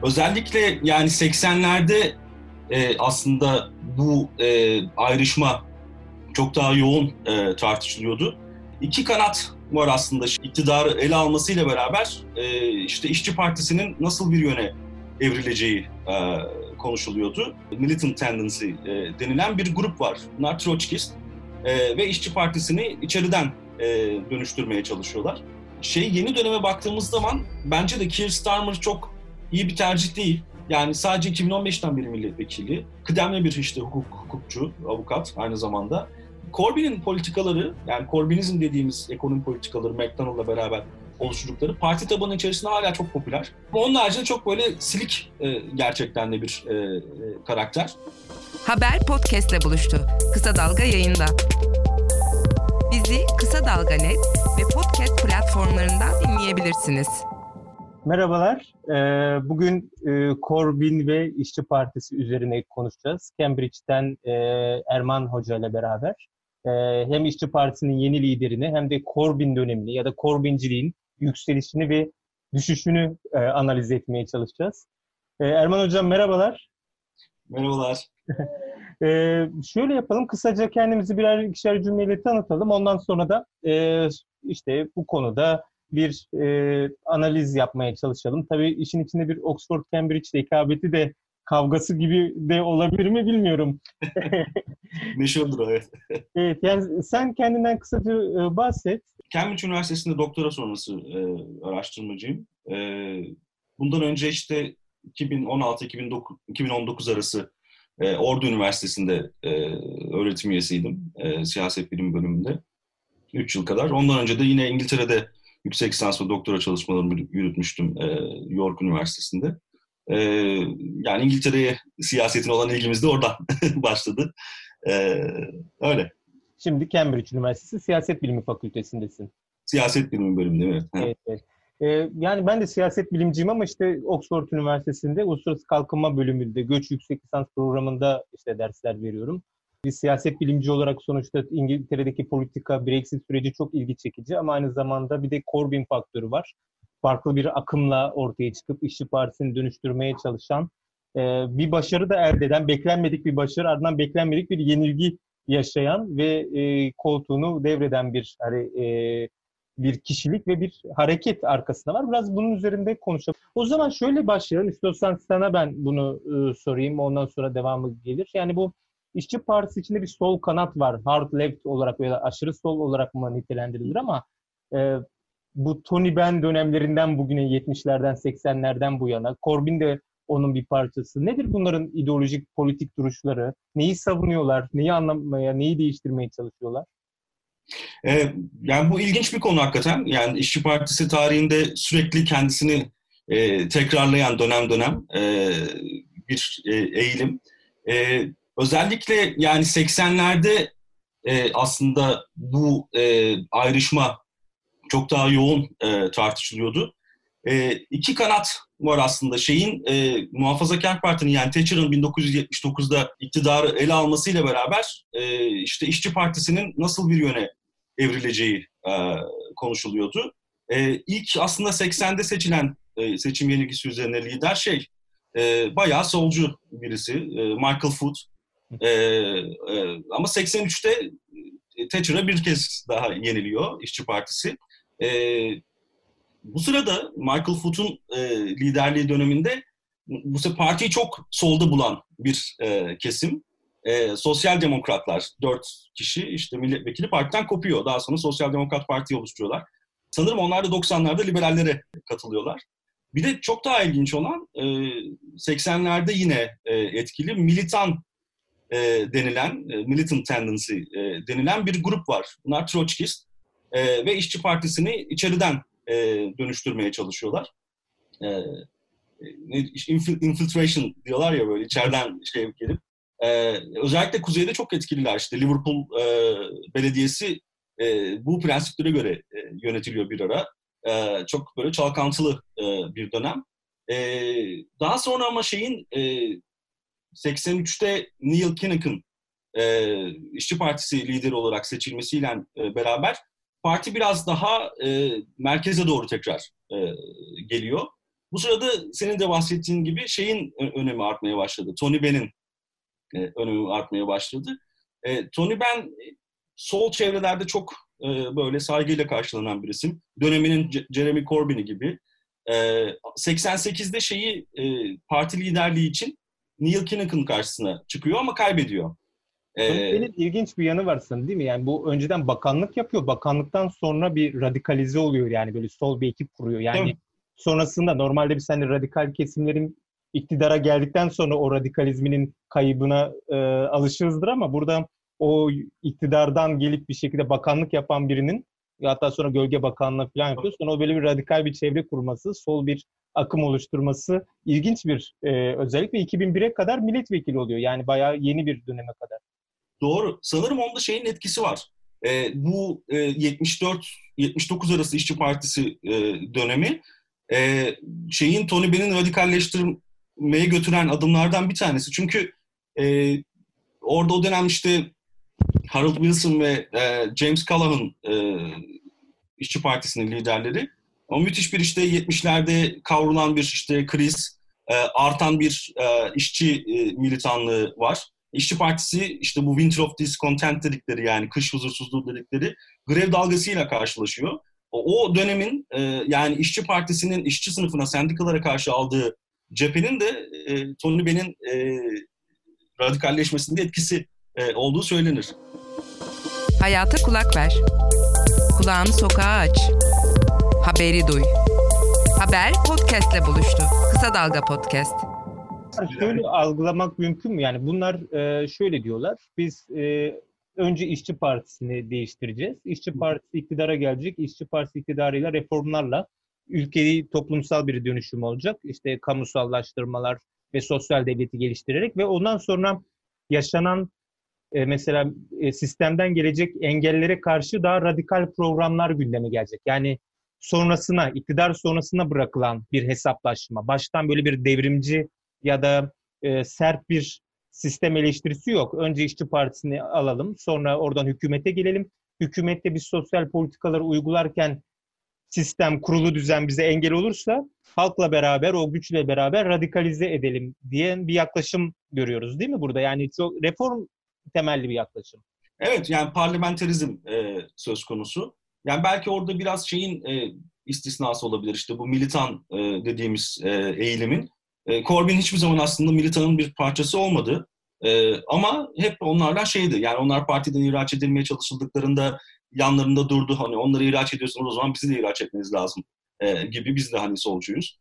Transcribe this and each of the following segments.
Özellikle yani 80'lerde aslında bu ayrışma çok daha yoğun tartışılıyordu. İki kanat var aslında iktidarı ele almasıyla beraber işte İşçi Partisi'nin nasıl bir yöne evrileceği konuşuluyordu. Militant Tendency denilen bir grup var. Bunlar Troçkist ve İşçi Partisi'ni içeriden dönüştürmeye çalışıyorlar. Yeni döneme baktığımız zaman bence de Keir Starmer çok iyi bir tercih değil. Yani sadece 2015'ten beri milletvekili, kıdemli bir işte hukukçu, avukat aynı zamanda. Corbyn'in politikaları, yani Corbynizm dediğimiz ekonomi politikaları McDonnell'la beraber oluşturdukları parti tabanı içerisinde hala çok popüler. Ama onun haricinde çok böyle silik gerçekten de bir karakter. Haber podcast'le buluştu. Kısa Dalga yayında. Bizi Kısa Dalga Net ve podcast platformlarından dinleyebilirsiniz. Merhabalar. Bugün Corbyn ve İşçi Partisi üzerine konuşacağız. Cambridge'den Erman Hoca ile beraber hem İşçi Partisi'nin yeni liderini hem de Corbyn dönemini ya da Corbynciliğin yükselişini ve düşüşünü analiz etmeye çalışacağız. Erman Hocam merhabalar. Merhabalar. Şöyle yapalım, kısaca kendimizi birer ikişer cümleyle tanıtalım. Ondan sonra da işte bu konuda bir analiz yapmaya çalışalım. Tabii işin içinde bir Oxford-Cambridge rekabeti de kavgası gibi de olabilir mi bilmiyorum. Meşhurdur o, evet. Evet, yani sen kendinden kısaca bahset. Cambridge Üniversitesi'nde doktora sonrası araştırmacıyım. Bundan önce işte 2016-2019 arası Ordu Üniversitesi'nde öğretim üyesiydim. Siyaset bilimi bölümünde. 3 yıl kadar. Ondan önce de yine İngiltere'de yüksek lisans ve doktora çalışmalarımı yürütmüştüm York Üniversitesi'nde. Yani İngiltere'ye siyasetin olan ilgimiz de oradan başladı. Öyle. Şimdi Cambridge Üniversitesi Siyaset Bilimi Fakültesindesin. Siyaset bilimi bölümünde, evet. Evet, evet. Yani ben de siyaset bilimciyim ama işte Oxford Üniversitesi'nde Uluslararası Kalkınma bölümünde göç yüksek lisans programında işte dersler veriyorum. Bir siyaset bilimci olarak sonuçta İngiltere'deki politika, Brexit süreci çok ilgi çekici ama aynı zamanda bir de Corbyn faktörü var. Farklı bir akımla ortaya çıkıp İşçi Partisi'ni dönüştürmeye çalışan bir başarı da elde eden, beklenmedik bir başarı, ardından beklenmedik bir yenilgi yaşayan ve koltuğunu devreden bir kişilik ve bir hareket arkasında var. Biraz bunun üzerinde konuşalım. O zaman şöyle başlayalım. İstiyorsan sana ben bunu sorayım. Ondan sonra devamı gelir. Yani bu İşçi Partisi içinde bir sol kanat var. Hard left olarak veya aşırı sol olarak mı nitelendirilir ama bu Tony Benn dönemlerinden bugüne 70'lerden 80'lerden bu yana Corbyn de onun bir parçası. Nedir bunların ideolojik politik duruşları? Neyi savunuyorlar? Neyi anlamaya, neyi değiştirmeye çalışıyorlar? Yani bu ilginç bir konu hakikaten. Yani İşçi Partisi tarihinde sürekli kendisini tekrarlayan dönem dönem bir eğilim. Özellikle yani 80'lerde aslında bu ayrışma çok daha yoğun tartışılıyordu. İki kanat var aslında Muhafazakar Parti'nin, yani Thatcher'ın 1979'da iktidarı ele almasıyla beraber işte İşçi Partisi'nin nasıl bir yöne evrileceği konuşuluyordu. İlk aslında 80'de seçilen seçim yenilgisi üzerine lider bayağı solcu birisi, Michael Foot. Ama 83'te Thatcher'a bir kez daha yeniliyor İşçi Partisi. Bu sırada Michael Foot'un liderliği döneminde bu sefer partiyi çok solda bulan bir kesim. Sosyal Demokratlar 4 kişi işte milletvekili partiden kopuyor. Daha sonra Sosyal Demokrat Parti'yi oluşturuyorlar. Sanırım onlar da 90'larda liberallere katılıyorlar. Bir de çok daha ilginç olan 80'lerde yine etkili militan denilen, militant tendency denilen bir grup var. Bunlar Troçkist ve İşçi Partisi'ni içeriden dönüştürmeye çalışıyorlar. Infiltration diyorlar ya, böyle içeriden gelip. Özellikle kuzeyde çok etkililer. İşte Liverpool Belediyesi bu prensiplere göre yönetiliyor bir ara. Çok böyle çalkantılı bir dönem. Daha sonra ama 83'te Neil Kinnock'ın İşçi Partisi lideri olarak seçilmesiyle beraber parti biraz daha merkeze doğru tekrar geliyor. Bu sırada senin de bahsettiğin gibi şeyin önemi artmaya başladı. Tony Benn'in önemi artmaya başladı. Tony Benn sol çevrelerde çok böyle saygıyla karşılanan bir isim. Döneminin Jeremy Corbyn'i gibi. 88'de parti liderliği için Neil Kinnock'ın karşısına çıkıyor ama kaybediyor. Benim ilginç bir yanı var sanırım, değil mi? Yani bu önceden bakanlık yapıyor. Bakanlıktan sonra bir radikalize oluyor, yani böyle sol bir ekip kuruyor. Yani sonrasında normalde biz hani radikal kesimlerin iktidara geldikten sonra o radikalizminin kaybına alışırızdır ama burada o iktidardan gelip bir şekilde bakanlık yapan birinin, hatta sonra gölge bakanlığı falan yapıyor. Sonra o böyle bir radikal bir çevre kurması, sol bir akım oluşturması ilginç bir özellik ve 2001'e kadar milletvekili oluyor. Yani bayağı yeni bir döneme kadar. Doğru. Sanırım onda şeyin etkisi var. Bu 74-79 arası İşçi Partisi dönemi Tony Benn'in radikalleştirmeye götüren adımlardan bir tanesi. Çünkü orada o dönem işte Harold Wilson ve James Callaghan İşçi Partisi'nin liderleri. O müthiş bir işte 70'lerde kavrulan bir işte kriz, artan bir işçi militanlığı var. İşçi Partisi işte bu Winter of Discontent dedikleri, yani kış huzursuzluğu dedikleri grev dalgasıyla karşılaşıyor. O dönemin yani İşçi Partisi'nin işçi sınıfına, sendikalara karşı aldığı cephenin de Tony Benn'in radikalleşmesinde etkisi olduğu söylenir. Hayata kulak ver. Kulağını sokağa aç. Haberi duy. Haber podcast'le buluştu. Kısa Dalga Podcast. Şöyle algılamak mümkün mü? Yani bunlar şöyle diyorlar. Biz önce İşçi Partisi'ni değiştireceğiz. İşçi Partisi iktidara gelecek. İşçi Partisi iktidarıyla, reformlarla ülkeyi toplumsal bir dönüşüm olacak. İşte kamusallaştırmalar ve sosyal devleti geliştirerek ve ondan sonra yaşanan mesela sistemden gelecek engellere karşı daha radikal programlar gündeme gelecek. Yani sonrasına, iktidar sonrasına bırakılan bir hesaplaşma. Baştan böyle bir devrimci ya da sert bir sistem eleştirisi yok. Önce İşçi Partisi'ni alalım, sonra oradan hükümete gelelim. Hükümette biz sosyal politikaları uygularken sistem, kurulu düzen bize engel olursa halkla beraber, o güçle beraber radikalize edelim diyen bir yaklaşım görüyoruz, değil mi burada? Yani çok reform temelli bir yaklaşım. Evet, yani parlamenterizm söz konusu. Yani belki orada biraz istisnası olabilir, işte bu militan dediğimiz eğilimin. Corbyn hiçbir zaman aslında militanın bir parçası olmadı. Ama hep onlardan yani onlar partiden ihraç edilmeye çalışıldıklarında yanlarında durdu. Hani onları ihraç ediyorsunuz, o zaman bizi de ihraç etmeniz lazım gibi, biz de hani solcuyuz.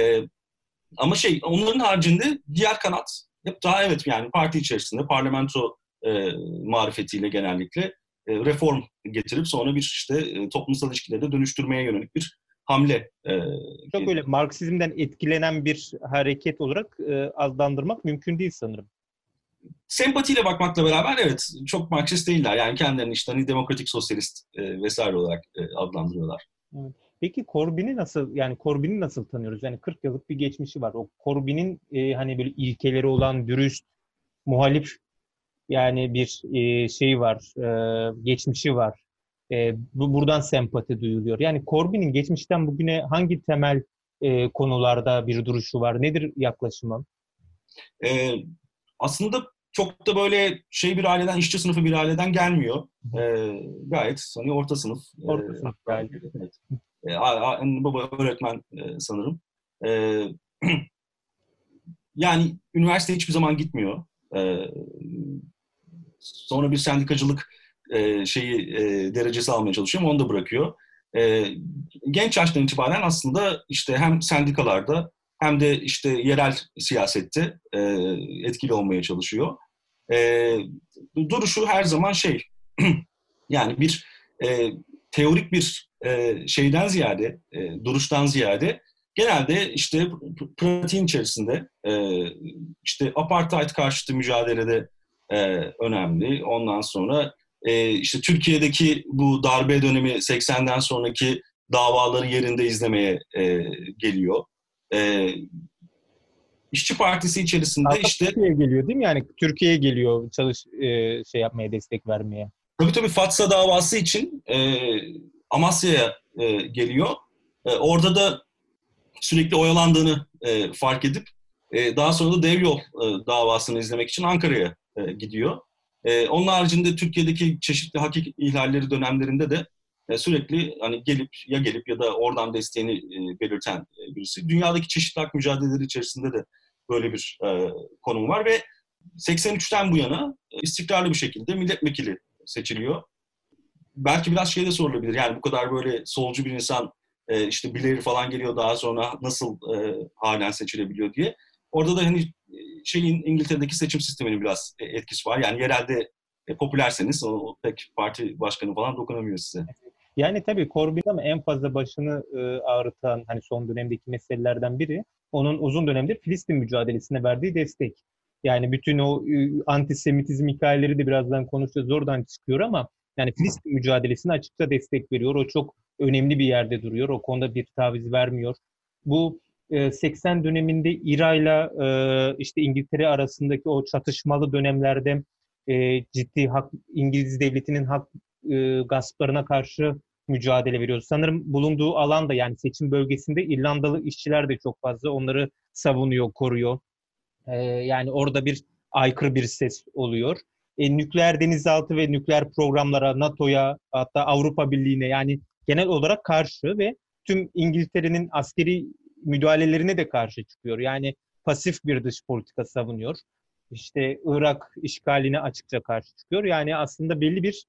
Ama onların haricinde diğer kanat hep daha yani parti içerisinde parlamento marifetiyle genellikle reform getirip sonra bir işte toplumsal ilişkileri de dönüştürmeye yönelik bir hamle. Çok öyle Marksizmden etkilenen bir hareket olarak adlandırmak mümkün değil sanırım. Sempatiyle bakmakla beraber evet, çok Marksist değiller. Yani kendilerini işte hani demokratik sosyalist vesaire olarak adlandırıyorlar. Evet. Peki Corbyn'i nasıl tanıyoruz? Yani 40 yıllık bir geçmişi var. O Corbyn'in hani böyle ilkeleri olan dürüst, muhalif yani bir var, geçmişi var. Buradan sempati duyuluyor. Yani Corbyn'in geçmişten bugüne hangi temel konularda bir duruşu var? Nedir yaklaşımı? Aslında çok da böyle bir aileden, işçi sınıfı bir aileden gelmiyor. Gayet hani orta sınıf. Orta sınıf yani. Evet. Baba öğretmen sanırım. Yani üniversiteye hiçbir zaman gitmiyor. Sonra bir sendikacılık derecesi almaya çalışıyor ama onu da bırakıyor. Genç yaştan itibaren aslında işte hem sendikalarda hem de işte yerel siyasette etkili olmaya çalışıyor. Duruşu her zaman yani bir teorik bir şeyden ziyade, duruştan ziyade genelde işte pratiğin içerisinde işte apartheid karşıtı mücadelede önemli. Ondan sonra işte Türkiye'deki bu darbe dönemi 80'den sonraki davaları yerinde izlemeye geliyor. İşçi Partisi içerisinde Hatta işte Türkiye'ye geliyor değil mi? Yani Türkiye'ye geliyor yapmaya, destek vermeye. Tabii Fatsa davası için Amasya'ya geliyor. Orada da sürekli oyalandığını fark edip daha sonra da dev yol davasını izlemek için Ankara'ya gidiyor. Onun haricinde Türkiye'deki çeşitli hak ihlalleri dönemlerinde de sürekli hani gelip ya da oradan desteğini belirten birisi. Dünyadaki çeşitli hak mücadeleleri içerisinde de böyle bir konum var ve 83'ten bu yana istikrarlı bir şekilde milletvekili seçiliyor. Belki biraz şey de sorulabilir. Yani bu kadar böyle solcu bir insan işte Blair falan geliyor daha sonra nasıl halen seçilebiliyor diye. Orada da hani İngiltere'deki seçim sisteminin biraz etkisi var. Yani yerelde popülerseniz o pek parti başkanı falan dokunamıyor size. Yani tabii Corbyn ama en fazla başını ağrıtan hani son dönemdeki meselelerden biri onun uzun dönemdir Filistin mücadelesine verdiği destek. Yani bütün o antisemitizm hikayeleri de birazdan konuşacağız, oradan çıkıyor ama yani Filistin mücadelesine açıkça destek veriyor. O çok önemli bir yerde duruyor. O konuda bir taviz vermiyor. Bu 80 döneminde İRA'yla işte İngiltere arasındaki o çatışmalı dönemlerde ciddi İngiliz devletinin hak gasplarına karşı mücadele veriyor. Sanırım bulunduğu alanda yani seçim bölgesinde İrlandalı işçiler de çok fazla onları savunuyor, koruyor. Yani orada bir aykırı bir ses oluyor. Nükleer denizaltı ve nükleer programlara, NATO'ya, hatta Avrupa Birliği'ne yani genel olarak karşı ve tüm İngiltere'nin askeri müdahalelerine de karşı çıkıyor. Yani pasif bir dış politika savunuyor. İşte Irak işgaline açıkça karşı çıkıyor. Yani aslında belli bir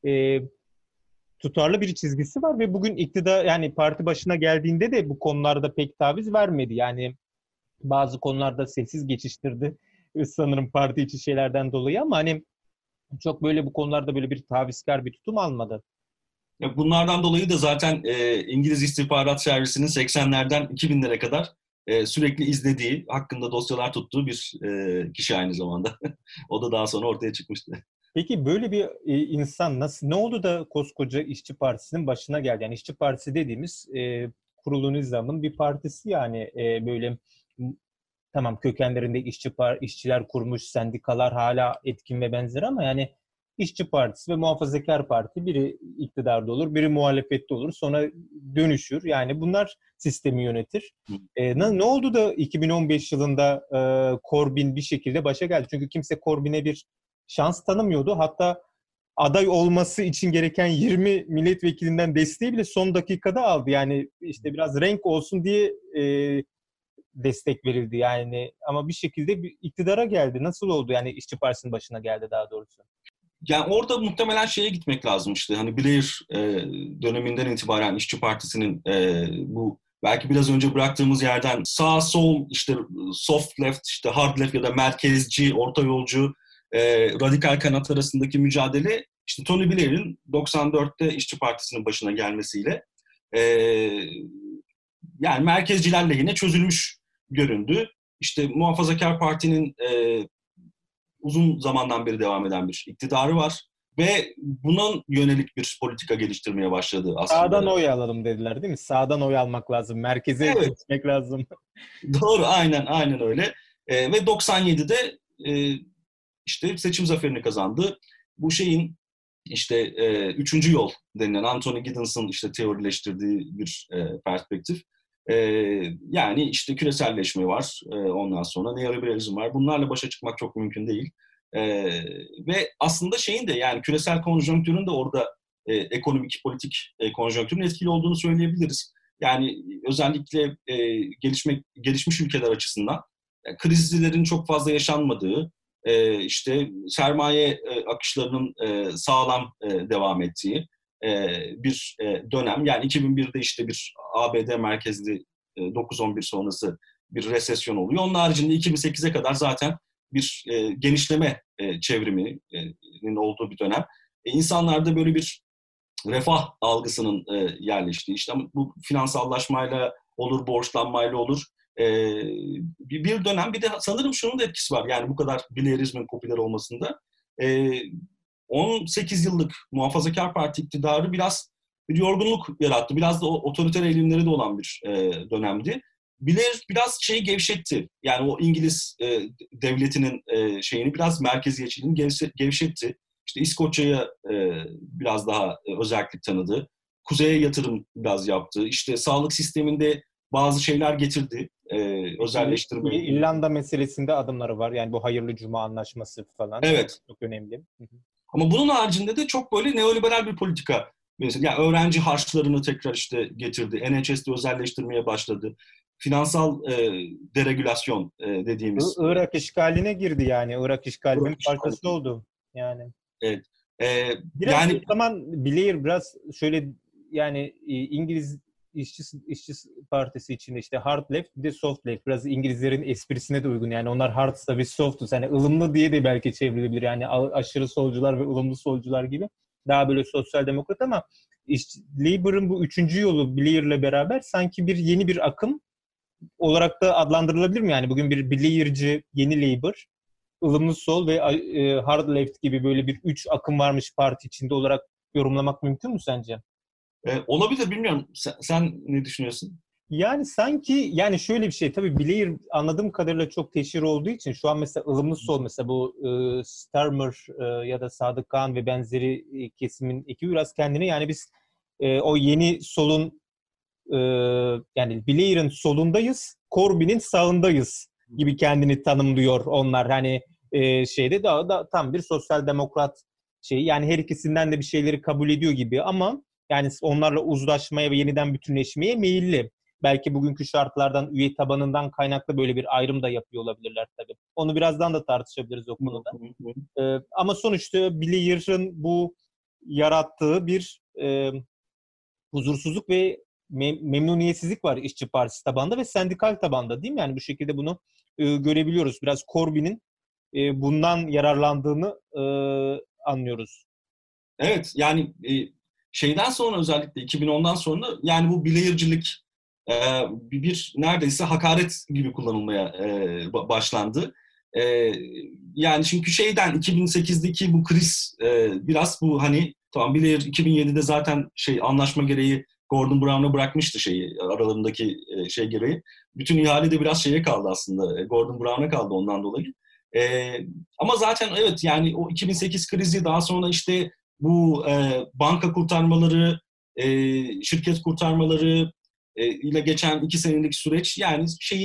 tutarlı bir çizgisi var ve bugün iktidar yani parti başına geldiğinde de bu konularda pek taviz vermedi. Yani bazı konularda sessiz geçiştirdi sanırım parti içi şeylerden dolayı ama hani çok böyle bu konularda böyle bir tavizkar bir tutum almadı. Bunlardan dolayı da zaten İngiliz İstihbarat Servisi'nin 80'lerden 2000'lere kadar sürekli izlediği, hakkında dosyalar tuttuğu bir kişi aynı zamanda. O da daha sonra ortaya çıkmıştı. Peki böyle bir insan ne oldu da koskoca İşçi Partisi'nin başına geldi? Yani İşçi Partisi dediğimiz kurulu nizamın bir partisi yani böyle tamam kökenlerinde işçiler kurmuş, sendikalar hala etkin ve benzeri ama yani İşçi Partisi ve Muhafazakar Parti biri iktidarda olur, biri muhalefette olur, sonra dönüşür. Yani bunlar sistemi yönetir. Ne oldu da 2015 yılında Corbyn bir şekilde başa geldi? Çünkü kimse Corbyn'e bir şans tanımıyordu. Hatta aday olması için gereken 20 milletvekilinden desteği bile son dakikada aldı. Yani işte biraz renk olsun diye destek verildi yani ama bir şekilde bir iktidara geldi. Nasıl oldu yani İşçi Partisi'nin başına geldi daha doğrusu? Yani orada muhtemelen şeye gitmek lazım işte. Hani Blair döneminden itibaren İşçi Partisi'nin bu belki biraz önce bıraktığımız yerden sağ sol işte soft left işte hard left ya da merkezci, orta yolcu radikal kanat arasındaki mücadele işte Tony Blair'in 94'te İşçi Partisi'nin başına gelmesiyle yani merkezcilerle yine çözülmüş göründü. İşte Muhafazakar Parti'nin uzun zamandan beri devam eden bir iktidarı var ve bunun yönelik bir politika geliştirmeye başladı aslında. Sağdan oy alalım dediler değil mi? Sağdan oy almak lazım, merkeze gitmek lazım. Doğru, aynen öyle. Ve 97'de işte seçim zaferini kazandı. Bu şeyin işte üçüncü yol denilen Anthony Giddens'ın işte teorileştirdiği bir perspektif. Yani işte küreselleşme var, ondan sonra neoliberalizm var. Bunlarla başa çıkmak çok mümkün değil. Ve aslında şeyin de yani küresel konjonktürün de orada ekonomik, politik konjonktürün etkili olduğunu söyleyebiliriz. Yani özellikle gelişmiş ülkeler açısından krizlerin çok fazla yaşanmadığı, işte sermaye akışlarının sağlam devam ettiği bir dönem. Yani 2001'de işte bir ABD merkezli 9-11 sonrası bir resesyon oluyor. Onun haricinde 2008'e kadar zaten bir genişleme çevriminin olduğu bir dönem. İnsanlarda böyle bir refah algısının yerleştiği, işte bu finansallaşmayla olur, borçlanmayla olur. Bir dönem, bir de sanırım şunun da etkisi var. Yani bu kadar Blairizmin popüler olmasında 18 yıllık Muhafazakar Parti iktidarı biraz bir yorgunluk yarattı. Biraz da otoriter eğilimleri de olan bir dönemdi. Blair biraz şeyi gevşetti. Yani o İngiliz devletinin şeyini biraz merkeziyetçiliğini gevşetti. İşte İskoçya'ya biraz daha özellik tanıdı. Kuzeye yatırım biraz yaptı. İşte sağlık sisteminde bazı şeyler getirdi. Özelleştirmeyi. İrlanda meselesinde adımları var. Yani bu hayırlı cuma anlaşması falan. Evet. Çok önemli. Ama bunun haricinde de çok böyle neoliberal bir politika. Mesela yani öğrenci harçlarını tekrar işte getirdi. NHS'de özelleştirmeye başladı. Finansal deregülasyon dediğimiz. Irak işgaline girdi yani. Irak işgalinin Irak parçası işgali. oldu. Yani. Evet. Biraz Yani o zaman Blair biraz şöyle yani İngiliz İşçi Partisi içinde işte hard left bir de soft left. Biraz İngilizlerin esprisine de uygun. Yani onlar hardsa biz softuz. Yani ılımlı diye de belki çevrilebilir. Yani aşırı solcular ve ılımlı solcular gibi. Daha böyle sosyal demokrat ama işte Labour'ın bu üçüncü yolu Blair'le beraber sanki bir yeni bir akım olarak da adlandırılabilir mi? Yani bugün bir Blair'ci yeni Labour, ılımlı sol ve hard left gibi böyle bir üç akım varmış parti içinde olarak yorumlamak mümkün mü sence? olabilir, bilmiyorum. Sen ne düşünüyorsun? Yani sanki yani şöyle bir şey tabii Blair anladığım kadarıyla çok teşhir olduğu için şu an mesela ılımlı sol mesela bu Starmer ya da Sadık Kağan ve benzeri kesimin ekibi biraz kendini yani biz o yeni solun yani Blair'ın solundayız, Corbyn'in sağındayız gibi kendini tanımlıyor onlar. Hani şeyde daha da tam bir sosyal demokrat şey. Yani her ikisinden de bir şeyleri kabul ediyor gibi ama yani onlarla uzlaşmaya ve yeniden bütünleşmeye meyilli. Belki bugünkü şartlardan, üye tabanından kaynaklı böyle bir ayrım da yapıyor olabilirler tabii. Onu birazdan da tartışabiliriz o konuda. Ama sonuçta Blair'ın bu yarattığı bir huzursuzluk ve memnuniyetsizlik var işçi partisi tabanda ve sendikal tabanda değil mi? Yani bu şekilde bunu görebiliyoruz. Biraz Corbyn'in bundan yararlandığını anlıyoruz. Evet, yani şeyden sonra özellikle 2010'dan sonra yani bu Blair'cilik bir neredeyse hakaret gibi kullanılmaya başlandı. Yani çünkü şeyden 2008'deki bu kriz biraz bu hani tamam Blair 2007'de zaten anlaşma gereği Gordon Brown'a bırakmıştı aralarındaki şey gereği. Bütün ihale de biraz şeye kaldı aslında. Gordon Brown'a kaldı ondan dolayı. Ama zaten evet yani o 2008 krizi daha sonra işte bu banka kurtarmaları, şirket kurtarmaları ile geçen 2 senelik süreç yani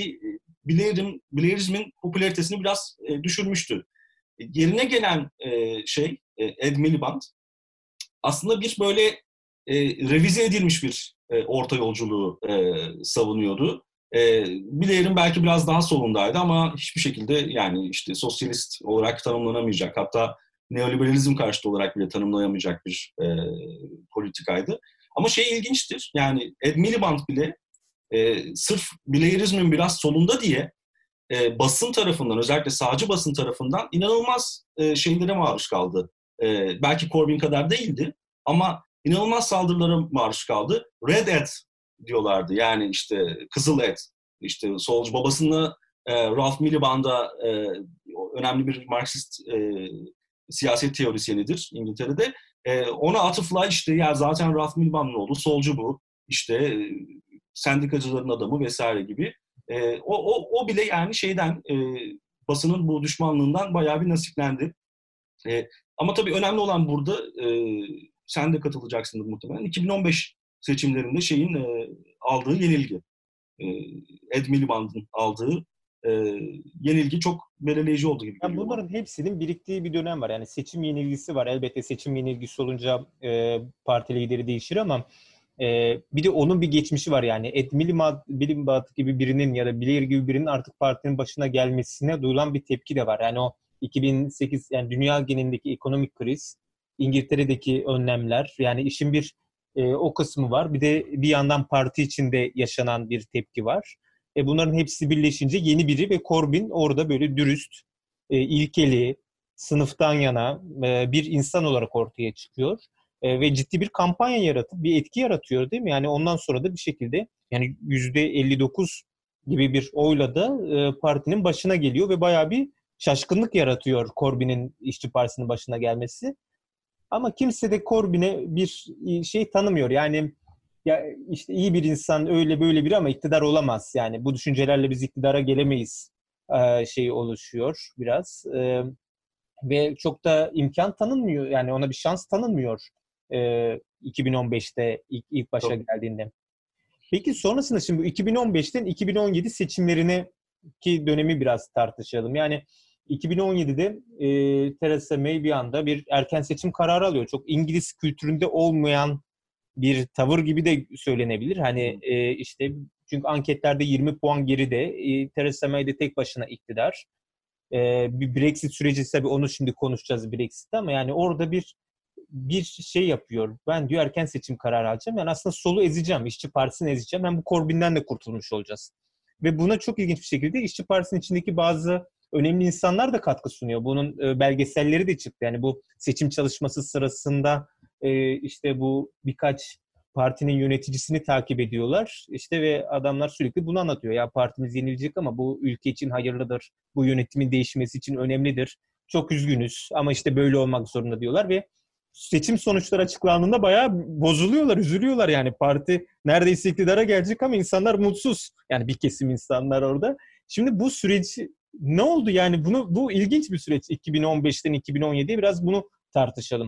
Blairizmin popülaritesini biraz düşürmüştü. Yerine gelen Ed Miliband aslında bir böyle revize edilmiş bir orta yolculuğu savunuyordu. Blair'in belki biraz daha solundaydı ama hiçbir şekilde yani işte sosyalist olarak tanımlanamayacak, hatta neoliberalizm karşıtı olarak bile tanımlayamayacak bir politikaydı. Ama ilginçtir, yani Ed Miliband bile sırf Blairizmin biraz solunda diye basın tarafından, özellikle sağcı basın tarafından inanılmaz şeylere maruz kaldı. Belki Corbyn kadar değildi ama inanılmaz saldırılara maruz kaldı. Red Ed diyorlardı, yani işte kızıl et. İşte solcu babasını Ralph Miliband'a önemli bir Marksist siyaset teorisyenidir İngiltere'de. Ona atıfla işte ya zaten Ralph Miliband'ın oğlu solcu bu. İşte sendikacıların adamı vesaire gibi. O bile yani basının bu düşmanlığından bayağı bir nasiplendi. Ama tabii önemli olan burada sen de katılacaksındır muhtemelen. 2015 seçimlerinde aldığı yenilgi. Ed Miliband'ın aldığı yenilgi çok belirleyici oldu gibi Yani geliyor bana. bunların hepsinin biriktiği bir dönem var. Yani seçim yenilgisi var. Elbette seçim yenilgisi olunca parti lideri değişir ama bir de onun bir geçmişi var yani. Ed Miliband gibi birinin ya da Blair gibi birinin artık partinin başına gelmesine duyulan bir tepki de var. Yani o 2008 yani dünya genelindeki ekonomik kriz, İngiltere'deki önlemler yani işin bir o kısmı var. Bir de bir yandan parti içinde yaşanan bir tepki var. Bunların hepsi birleşince yeni biri ve Corbyn orada böyle dürüst, ilkeli, sınıftan yana bir insan olarak ortaya çıkıyor. Ve ciddi bir kampanya yaratıp bir etki yaratıyor değil mi? Yani ondan sonra da bir şekilde yani %59 gibi bir oyla da partinin başına geliyor ve bayağı bir şaşkınlık yaratıyor Corbyn'in İşçi Partisi'nin başına gelmesi. Ama kimse de Corbyn'e bir şey tanımıyor. Yani ya işte iyi bir insan öyle böyle biri ama iktidar olamaz. Yani bu düşüncelerle biz iktidara gelemeyiz oluşuyor biraz. Ve çok da imkan tanınmıyor. Yani ona bir şans tanınmıyor 2015'te ilk başa Tabii. geldiğinde. Peki sonrasında şimdi bu 2015'ten 2017 seçimlerine ki dönemi biraz tartışalım. Yani 2017'de Theresa May bir anda bir erken seçim kararı alıyor. Çok İngiliz kültüründe olmayan bir tavır gibi de söylenebilir. Hani işte çünkü anketlerde 20 puan geride. Theresa May de tek başına iktidar. Bir Brexit süreci tabii onu şimdi konuşacağız Brexit'te ama yani orada bir şey yapıyor. Ben diyor erken seçim kararı alacağım. Yani aslında solu ezeceğim. İşçi Partisi'ni ezeceğim. Hem bu Corbyn'den de kurtulmuş olacağız. Ve buna çok ilginç bir şekilde İşçi Partisi'nin içindeki bazı önemli insanlar da katkı sunuyor. Bunun belgeselleri de çıktı. Yani bu seçim çalışması sırasında işte bu birkaç partinin yöneticisini takip ediyorlar. İşte ve adamlar sürekli bunu anlatıyor. Ya partimiz yenilecek ama bu ülke için hayırlıdır. Bu yönetimin değişmesi için önemlidir. Çok üzgünüz ama işte böyle olmak zorunda diyorlar ve seçim sonuçları açıklandığında bayağı bozuluyorlar, üzülüyorlar yani. Parti neredeyse iktidara gelecek ama insanlar mutsuz. Yani bir kesim insanlar orada. Şimdi bu süreci ne oldu yani bu ilginç bir süreç 2015'ten 2017'ye biraz bunu tartışalım.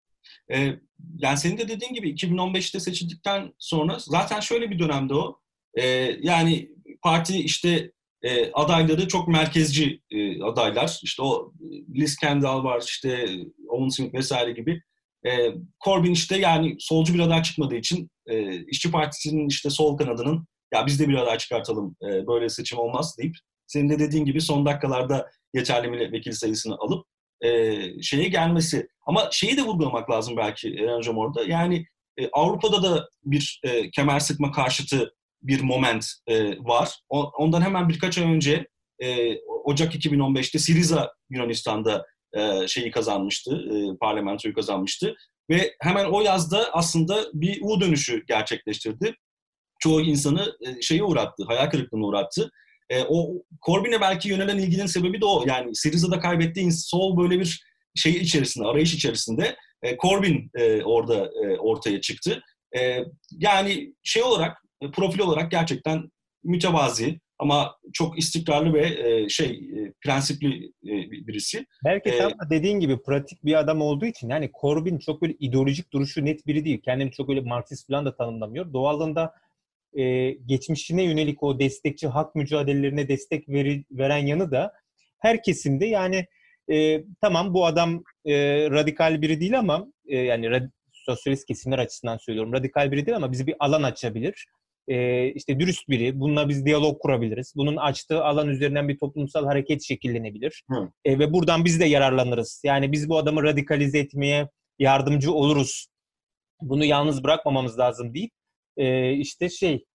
Yani senin de dediğin gibi 2015'te seçildikten sonra zaten şöyle bir dönemde o. Yani parti işte adayları çok merkezci adaylar. İşte o Liz Kendall var, işte Owen Smith vesaire gibi. Corbyn işte yani solcu bir aday çıkmadığı için İşçi Partisi'nin işte sol kanadının ya biz de bir aday çıkartalım böyle seçim olmaz deyip senin de dediğin gibi son dakikalarda yeterli milletvekili sayısını alıp şeye gelmesi. Ama şeyi de vurgulamak lazım belki Eren Hocam orada. Yani Avrupa'da da bir kemer sıkma karşıtı bir moment var. Ondan hemen birkaç ay önce Ocak 2015'te Syriza Yunanistan'da şeyi kazanmıştı, parlamentoyu kazanmıştı. Ve hemen o yazda aslında bir U dönüşü gerçekleştirdi. Çoğu insanı şeye uğrattı, hayal kırıklığına uğrattı. O Corbyn'e belki yönelen ilginin sebebi de o. Yani Syriza'da kaybettiği sol böyle bir şey içerisinde, arayış içerisinde Corbyn orada ortaya çıktı. Yani şey olarak, profil olarak gerçekten mütevazi ama çok istikrarlı ve prensipli birisi. Belki tam da dediğin gibi pratik bir adam olduğu için yani Corbyn çok böyle ideolojik duruşu net biri değil. Kendini çok öyle Marksist falan da tanımlamıyor. Doğalında geçmişine yönelik o destekçi hak mücadelelerine destek veren yanı da her kesimde yani tamam bu adam radikal biri değil ama yani sosyalist kesimler açısından söylüyorum. Radikal biri değil ama bize bir alan açabilir. İşte dürüst biri. Bununla biz diyalog kurabiliriz. Bunun açtığı alan üzerinden bir toplumsal hareket şekillenebilir. Ve buradan biz de yararlanırız. Yani biz bu adamı radikalize etmeye yardımcı oluruz. Bunu yalnız bırakmamamız lazım deyip işte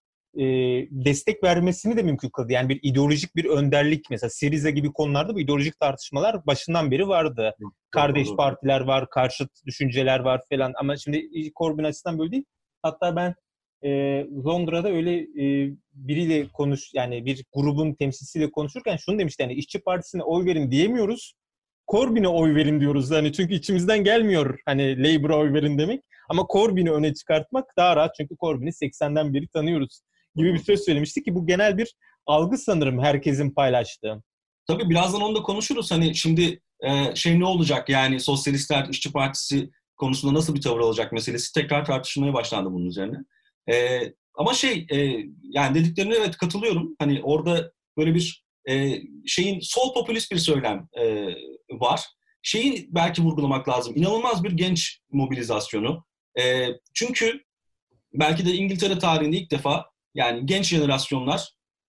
destek vermesini de mümkün kıldı. Yani bir ideolojik bir önderlik mesela Syriza gibi konularda bu ideolojik tartışmalar başından beri vardı. Kardeş partiler var, karşıt düşünceler var falan ama şimdi Corbyn açısından böyle değil. Hatta ben Londra'da öyle biriyle yani bir grubun temsilcisiyle konuşurken şunu demişti yani İşçi Partisi'ne oy verin diyemiyoruz. Corbyn'e oy verin diyoruz. Yani çünkü içimizden gelmiyor hani Labour'a oy verin demek. Ama Corbyn'i öne çıkartmak daha rahat çünkü Corbyn'i 80'den beri tanıyoruz gibi bir söz söylemişti ki bu genel bir algı sanırım herkesin paylaştığı. Tabii birazdan onu da konuşuruz. Hani şimdi ne olacak yani Sosyalistler İşçi Partisi konusunda nasıl bir tavır alacak meselesi tekrar tartışılmaya başlandı bunun üzerine. Ama yani dediklerine evet katılıyorum. Hani orada böyle bir sol popülist bir söylem var. Şeyi belki vurgulamak lazım. İnanılmaz bir genç mobilizasyonu. Çünkü belki de İngiltere tarihinde ilk defa yani genç jenerasyonlar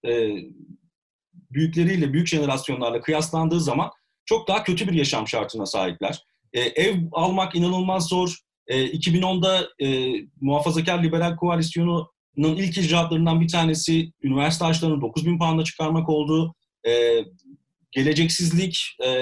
büyükleriyle, büyük jenerasyonlarla kıyaslandığı zaman çok daha kötü bir yaşam şartına sahipler. Ev almak inanılmaz zor. 2010'da Muhafazakar Liberal Koalisyonu'nun ilk icraatlarından bir tanesi üniversite harçlarını 9.000 pound'a çıkarmak oldu. Geleceksizlik,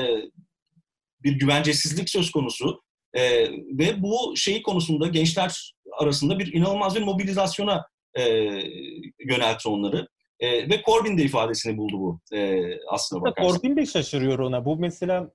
bir güvencesizlik söz konusu. Ve bu konusunda gençler arasında bir inanılmaz bir mobilizasyona yöneltti onları. Ve Corbyn de ifadesini buldu bu aslına bakarsan. Corbyn de şaşırıyor ona. Bu mesela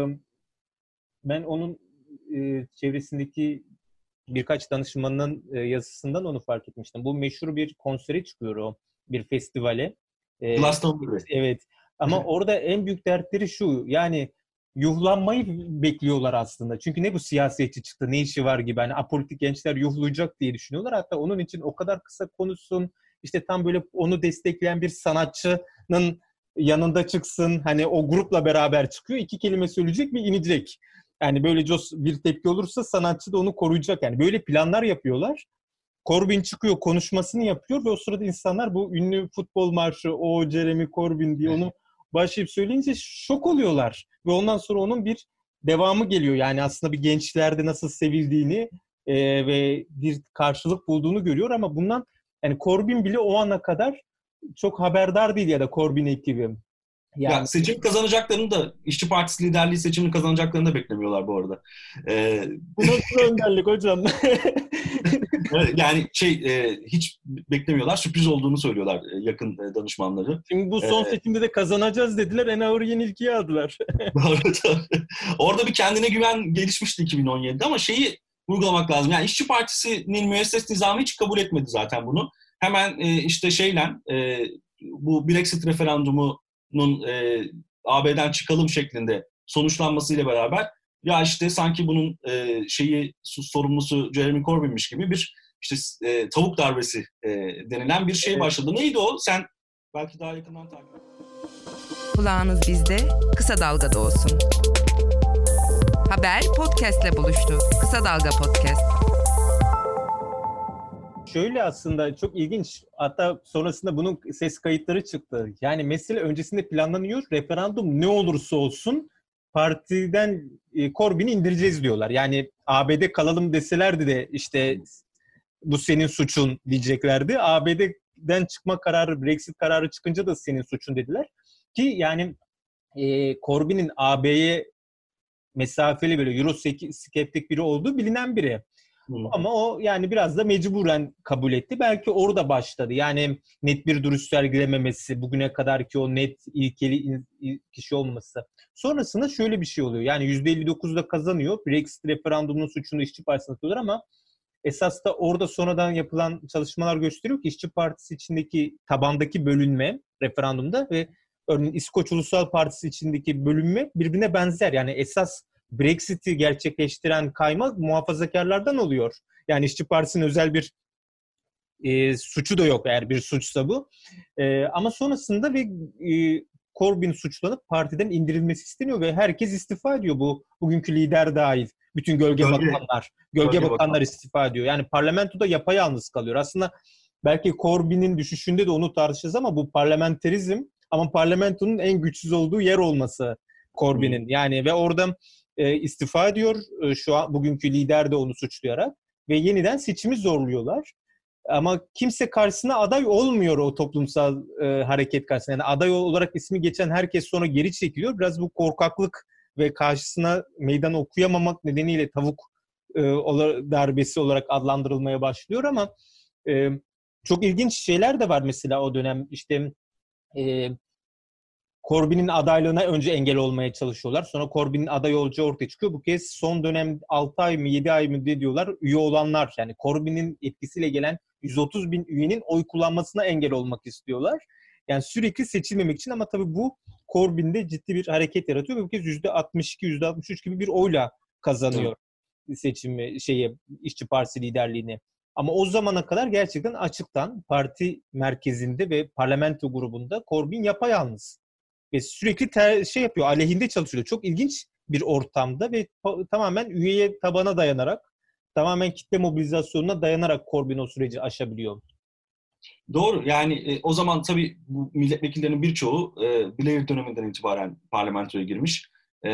ben onun çevresindeki birkaç danışmanın yazısından onu fark etmiştim. Bu meşhur bir konsere çıkıyor o. Bir festivale. Glastonbury. Evet. Ama orada en büyük dertleri şu. Yani yuhlanmayı bekliyorlar aslında. Çünkü ne bu siyasetçi çıktı, ne işi var gibi. Hani apolitik gençler yuhlayacak diye düşünüyorlar. Hatta onun için o kadar kısa konuşsun, işte tam böyle onu destekleyen bir sanatçının yanında çıksın. Hani o grupla beraber çıkıyor. 2 kelime söyleyecek ve inecek. Yani böylece bir tepki olursa sanatçı da onu koruyacak. Yani böyle planlar yapıyorlar. Corbyn çıkıyor, konuşmasını yapıyor ve o sırada insanlar bu ünlü futbol marşı, o Jeremy Corbyn diye onu başlayıp söyleyince şok oluyorlar. Ve ondan sonra onun bir devamı geliyor. Yani aslında bir gençlerde nasıl sevildiğini ve bir karşılık bulduğunu görüyor ama bundan yani Corbyn bile o ana kadar çok haberdar değil ya da Corbyn ekibi. Ya Yani seçim kazanacaklarını da, İşçi Partisi liderliği seçimini kazanacaklarını da beklemiyorlar bu arada. bu nasıl önderlik hocam? Yani hiç beklemiyorlar. Sürpriz olduğunu söylüyorlar yakın danışmanları. Şimdi bu son seçimde de kazanacağız dediler. En ağır yenilgiyi aldılar. Doğru. Orada bir kendine güven gelişmişti 2017'de ama şeyi vurgulamak lazım. Yani İşçi Partisi'nin müesses nizamı hiç kabul etmedi zaten bunu. Hemen bu Brexit referandumunun AB'den çıkalım şeklinde sonuçlanmasıyla beraber ya işte sanki bunun sorumlusu Jeremy Corbyn'miş gibi bir tavuk darbesi denilen bir şey başladı. Neydi o? Sen belki daha yakından takip et. Kulağınız bizde, Kısa Dalga'da olsun. Haber podcast'le buluştu. Kısa Dalga Podcast. Şöyle aslında çok ilginç. Hatta sonrasında bunun ses kayıtları çıktı. Yani mesele öncesinde planlanıyor. Referandum ne olursa olsun partiden Corbyn'i indireceğiz diyorlar. Yani AB'de kalalım deselerdi de işte bu senin suçun diyeceklerdi. AB'den çıkma kararı, Brexit kararı çıkınca da senin suçun dediler. Ki yani Corbyn'in AB'ye mesafeli böyle Euroskeptik biri olduğu bilinen biri. Ama o yani biraz da mecburen kabul etti. Belki orada başladı. Yani net bir duruş sergilememesi, bugüne kadarki o net ilkeli kişi olması. Sonrasında şöyle bir şey oluyor. Yani %59'da kazanıyor. Brexit referandumunun suçunu İşçi Partisi'ne atıyorlar ama esas da orada sonradan yapılan çalışmalar gösteriyor ki İşçi Partisi içindeki tabandaki bölünme referandumda ve örneğin İskoç Ulusal Partisi içindeki bölünme birbirine benzer. Yani esas Brexit'i gerçekleştiren kayma muhafazakarlardan oluyor. Yani İşçi Partisi'nin özel bir suçu da yok eğer bir suçsa bu. Ama sonrasında Corbyn suçlanıp partiden indirilmesi isteniyor ve herkes istifa ediyor. Bugünkü lider dahil. Bütün gölge bakanlar istifa ediyor. Yani parlamentoda yapayalnız kalıyor. Aslında belki Corbyn'in düşüşünde de onu tartışacağız ama bu parlamenterizm ama parlamentonun en güçsüz olduğu yer olması Corbyn'in. Yani ve orada istifa ediyor. Şu an bugünkü lider de onu suçlayarak ve yeniden seçimi zorluyorlar. Ama kimse karşısına aday olmuyor o toplumsal hareket karşısında. Yani aday olarak ismi geçen herkes sonra geri çekiliyor. Biraz bu korkaklık ve karşısına meydan okuyamamak nedeniyle tavuk darbesi olarak adlandırılmaya başlıyor ama çok ilginç şeyler de var mesela o dönem. İşte Corbyn'in adaylığına önce engel olmaya çalışıyorlar. Sonra Corbyn'in aday olacağı ortaya çıkıyor. Bu kez son dönem 6 ay mı 7 ay mı diyorlar üye olanlar. Yani Corbyn'in etkisiyle gelen 130 bin üyenin oy kullanmasına engel olmak istiyorlar. Yani sürekli seçilmemek için ama tabii bu Corbyn'de ciddi bir hareket yaratıyor. Ve bu kez %62, %63 gibi bir oyla kazanıyor seçimi İşçi Partisi liderliğini. Ama o zamana kadar gerçekten açıktan parti merkezinde ve parlamento grubunda Corbyn yapayalnız. Ve sürekli yapıyor, aleyhinde çalışıyor. Çok ilginç bir ortamda ve tamamen üyeye tabana dayanarak, tamamen kitle mobilizasyonuna dayanarak Corbyn o süreci aşabiliyor. Doğru. Yani o zaman tabii bu milletvekillerinin birçoğu Blair döneminden itibaren parlamentoya girmiş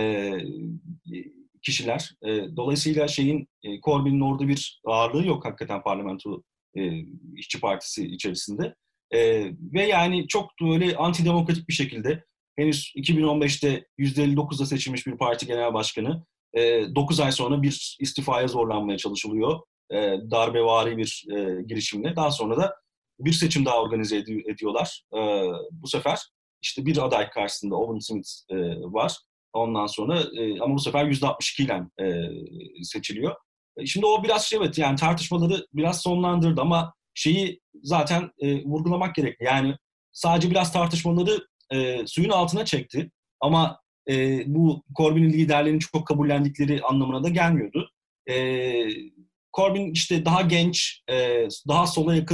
kişiler. Dolayısıyla Corbyn'in orada bir ağırlığı yok hakikaten parlamento İşçi Partisi içerisinde. Ve yani çok böyle antidemokratik bir şekilde henüz 2015'te %59'da seçilmiş bir parti genel başkanı 9 ay sonra bir istifaya zorlanmaya çalışılıyor. Darbevari bir girişimle. Daha sonra da bir seçim daha organize ediyorlar. Bu sefer işte bir aday karşısında Owen Smith var. Ondan sonra ama bu sefer %62 ile seçiliyor. Şimdi o biraz yani tartışmaları biraz sonlandırdı ama zaten vurgulamak gerekli. Yani sadece biraz tartışmaları suyun altına çekti. Ama bu Corbyn'in liderliğini çok kabullendikleri anlamına da gelmiyordu. Corbyn işte daha genç, daha sola yakın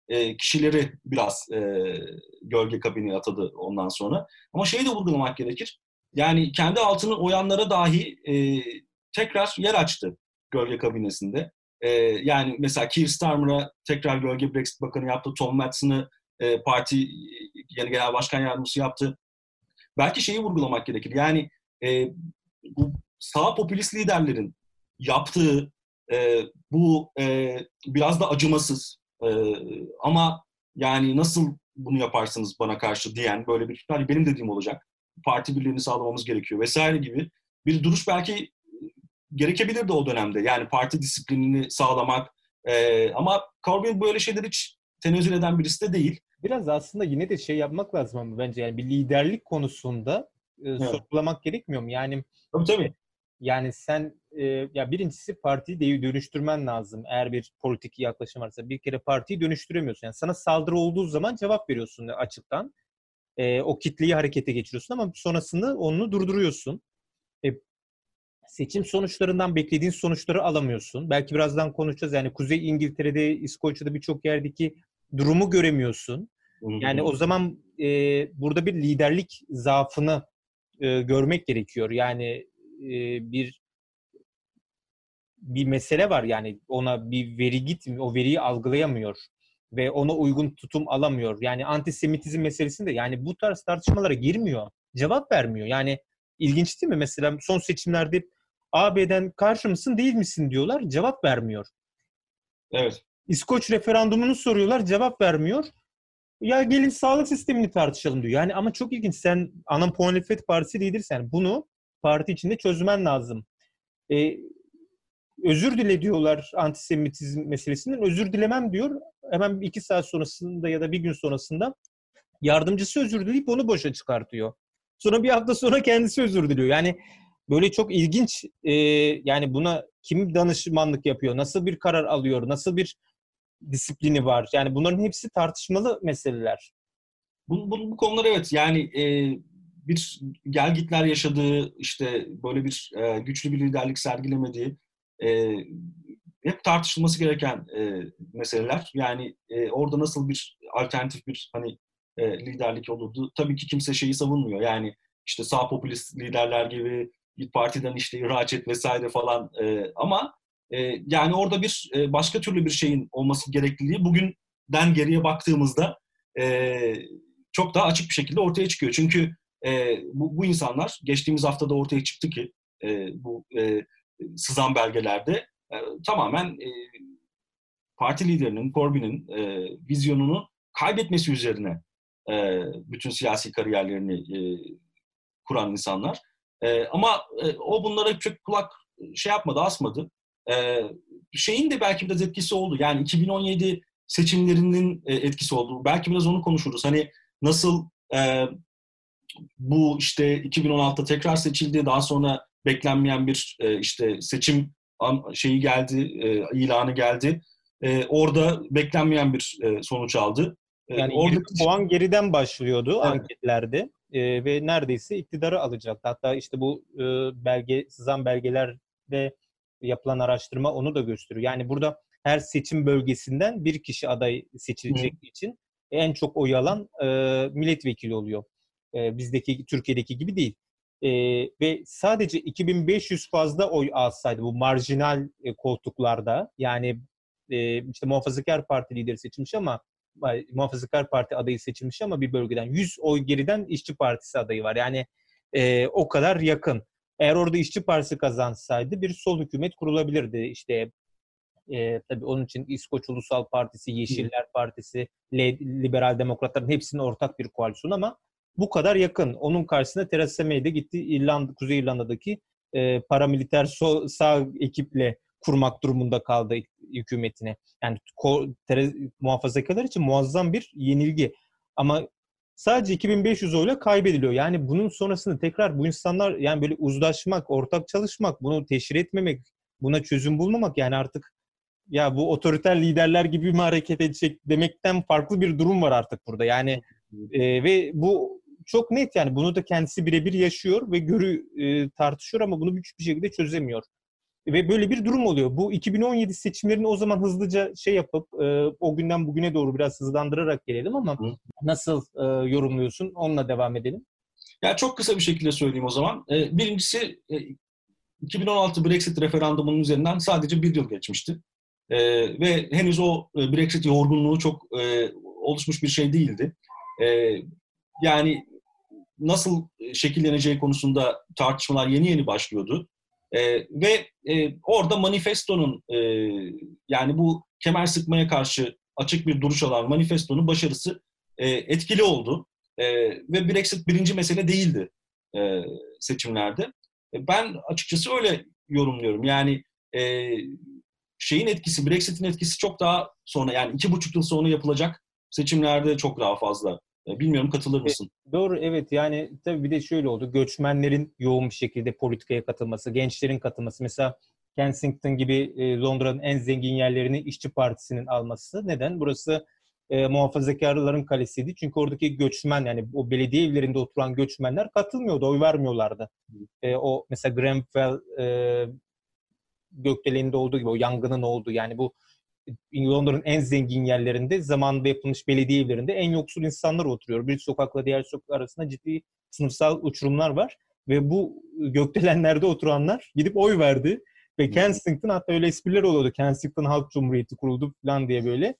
kişileri biraz gölge kabineye atadı ondan sonra. Ama şeyi de vurgulamak gerekir. Yani kendi altını oyanlara dahi tekrar yer açtı gölge kabinesinde. Yani mesela Keir Starmer'a tekrar gölge Brexit Bakanı yaptı. Tom Matson'ı parti yeni genel başkan yardımcısı yaptı. Belki şeyi vurgulamak gerekir. Yani bu sağ popülist liderlerin yaptığı bu biraz da acımasız ama yani nasıl bunu yaparsınız bana karşı diyen böyle bir hani benim dediğim olacak. Parti birliğini sağlamamız gerekiyor vesaire gibi bir duruş belki gerekebilirdi o dönemde. Yani parti disiplinini sağlamak ama Corbyn böyle şeyler hiç tenezzül eden birisi de değil. Biraz aslında yine de şey yapmak lazım ama bence yani bir liderlik konusunda Evet. sorgulamak gerekmiyor mu? Yani Tabii. Yani sen ya birincisi partiyi dönüştürmen lazım. Eğer bir politik yaklaşım varsa bir kere partiyi dönüştüremiyorsun. Yani sana saldırı olduğu zaman cevap veriyorsun açıktan. O kitleyi harekete geçiriyorsun ama sonrasında onu durduruyorsun. Seçim sonuçlarından beklediğin sonuçları alamıyorsun. Belki birazdan konuşacağız. Yani Kuzey İngiltere'de, İskoçya'da birçok yerdeki durumu göremiyorsun. Yani o zaman burada bir liderlik zaafını görmek gerekiyor. Yani bir mesele var, yani ona bir veri gitmiyor, o veriyi algılayamıyor ve ona uygun tutum alamıyor. Yani antisemitizm meselesinde yani bu tarz tartışmalara girmiyor, cevap vermiyor. Yani ilginç değil mi? Mesela son seçimlerde AB'den karşı mısın değil misin diyorlar, cevap vermiyor. Evet. İskoç referandumunu soruyorlar, cevap vermiyor. Ya gelin sağlık sistemini tartışalım diyor. Yani ama çok ilginç, sen ana muhalefet partisi lidersen bunu parti içinde çözmen lazım. Özür dile diyorlar antisemitizm meselesinden. Özür dilemem diyor. Hemen 2 saat sonrasında ya da bir gün sonrasında yardımcısı özür dileyip onu boşa çıkartıyor. Sonra bir hafta sonra kendisi özür diliyor. Yani böyle çok ilginç, yani buna kim danışmanlık yapıyor, nasıl bir karar alıyor, nasıl bir disiplini var. Yani bunların hepsi tartışmalı meseleler. Bu konular evet yani bir gelgitler yaşadığı işte böyle bir güçlü bir liderlik sergilemediği hep tartışılması gereken meseleler. Yani orada nasıl bir alternatif bir hani liderlik olurdu? Tabii ki kimse şeyi savunmuyor. Yani işte sağ popülist liderler gibi bir partiden işte ihraç et vesaire falan ama yani orada bir başka türlü bir şeyin olması gerekliliği bugünden geriye baktığımızda çok daha açık bir şekilde ortaya çıkıyor. Çünkü bu insanlar geçtiğimiz haftada ortaya çıktı ki bu sızan belgelerde tamamen parti liderinin, Corbyn'in vizyonunu kaybetmesi üzerine bütün siyasi kariyerlerini kuran insanlar. Ama o bunlara çok kulak şey yapmadı, asmadı. Şeyin de belki biraz etkisi oldu. Yani 2017 seçimlerinin etkisi oldu. Belki biraz onu konuşuruz. Hani nasıl bu işte 2016'da tekrar seçildi. Daha sonra beklenmeyen bir işte seçim şeyi geldi, ilanı geldi. Orada beklenmeyen bir sonuç aldı. Yani 20 Oradaki puan geriden başlıyordu evet. anketlerde ve neredeyse iktidarı alacaktı. Hatta işte bu sızan belgelerde yapılan araştırma onu da gösteriyor. Yani burada her seçim bölgesinden bir kişi aday seçilecek için en çok oy alan milletvekili oluyor. Bizdeki, Türkiye'deki gibi değil. Ve sadece 2500 fazla oy alsaydı bu marjinal koltuklarda, yani işte Muhafazakar Parti lideri seçilmiş ama Muhafazakar Parti adayı seçilmiş ama bir bölgeden 100 oy geriden İşçi Partisi adayı var. Yani o kadar yakın. Eğer orada İşçi Partisi kazansaydı bir sol hükümet kurulabilirdi. İşte tabii onun için İskoç Ulusal Partisi, Yeşiller Partisi, Liberal Demokratların hepsinin ortak bir koalisyon ama bu kadar yakın. Onun karşısında Theresa May de gitti Kuzey İrlanda'daki paramiliter sağ ekiple kurmak durumunda kaldı hükümetine. Yani muhafazakarlar için muazzam bir yenilgi. Ama sadece 2500 oyla kaybediliyor. Yani bunun sonrasında tekrar bu insanlar, yani böyle uzlaşmak, ortak çalışmak, bunu teşhir etmemek, buna çözüm bulmamak, yani artık ya bu otoriter liderler gibi mi hareket edecek demekten farklı bir durum var artık burada. Yani ve bu çok net, yani bunu da kendisi birebir yaşıyor ve tartışıyor ama bunu hiçbir şekilde çözemiyor. Ve böyle bir durum oluyor. Bu 2017 seçimlerini o zaman hızlıca yapıp o günden bugüne doğru biraz hızlandırarak gelelim ama nasıl yorumluyorsun? Onunla devam edelim. Ya çok kısa bir şekilde söyleyeyim o zaman. Birincisi 2016 Brexit referandumunun üzerinden sadece bir yıl geçmişti. Ve henüz o Brexit yorgunluğu çok oluşmuş bir şey değildi. Yani nasıl şekilleneceği konusunda tartışmalar yeni yeni başlıyordu. Ve orada manifestonun yani bu kemer sıkmaya karşı açık bir duruş alan manifestonun başarısı etkili oldu. Ve Brexit birinci mesele değildi seçimlerde. Ben açıkçası öyle yorumluyorum. Yani Brexit'in etkisi çok daha sonra, yani 2,5 yıl sonra yapılacak seçimlerde çok daha fazla. Bilmiyorum, katılır mısın? Doğru, evet. Yani tabii bir de şöyle oldu. Göçmenlerin yoğun bir şekilde politikaya katılması, gençlerin katılması. Mesela Kensington gibi Londra'nın en zengin yerlerini İşçi Partisi'nin alması. Neden? Burası muhafazakarların kalesiydi. Çünkü oradaki göçmen, yani o belediye evlerinde oturan göçmenler katılmıyordu, oy vermiyorlardı. O mesela Grenfell gökdeleninde olduğu gibi, o yangının olduğu, yani bu Londra'nın en zengin yerlerinde zamanında yapılmış belediye evlerinde en yoksul insanlar oturuyor. Bir sokakla diğer sokak arasında ciddi sınıfsal uçurumlar var. Ve bu gökdelenlerde oturanlar gidip oy verdi. Ve Kensington, hatta öyle espriler oluyordu. Kensington Halk Cumhuriyeti kuruldu falan diye böyle.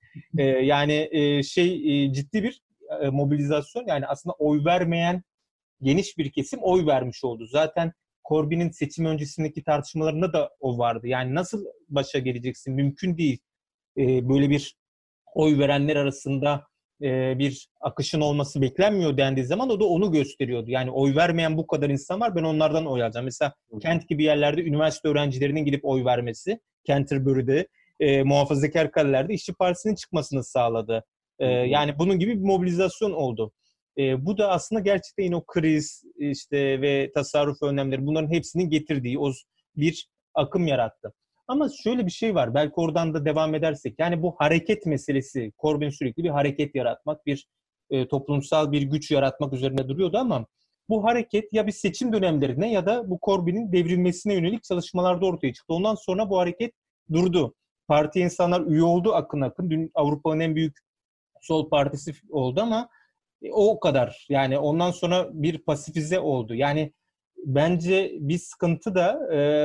Ciddi bir mobilizasyon. Yani aslında oy vermeyen geniş bir kesim oy vermiş oldu. Zaten Corbyn'in seçim öncesindeki tartışmalarında da o vardı. Yani nasıl başa geleceksin? Mümkün değil. Böyle bir oy verenler arasında bir akışın olması beklenmiyor dendiği zaman o da onu gösteriyordu. Yani oy vermeyen bu kadar insan var, ben onlardan oy alacağım. Mesela Kent gibi yerlerde üniversite öğrencilerinin gidip oy vermesi, Canterbury'de muhafazakar kalelerde İşçi Partisi'nin çıkmasını sağladı. Yani bunun gibi bir mobilizasyon oldu. Bu da aslında gerçekten yine o kriz ve tasarruf önlemleri, bunların hepsinin getirdiği o bir akım yarattı. Ama şöyle bir şey var, belki oradan da devam edersek, yani bu hareket meselesi, Corbyn sürekli bir hareket yaratmak, bir toplumsal bir güç yaratmak üzerine duruyordu ama bu hareket ya bir seçim dönemlerine ya da bu Corbyn'in devrilmesine yönelik çalışmalarda ortaya çıktı. Ondan sonra bu hareket durdu. Partiye insanlar üye oldu akın akın. Dün Avrupa'nın en büyük sol partisi oldu ama o kadar. Yani ondan sonra bir pasifize oldu. Yani bence bir sıkıntı da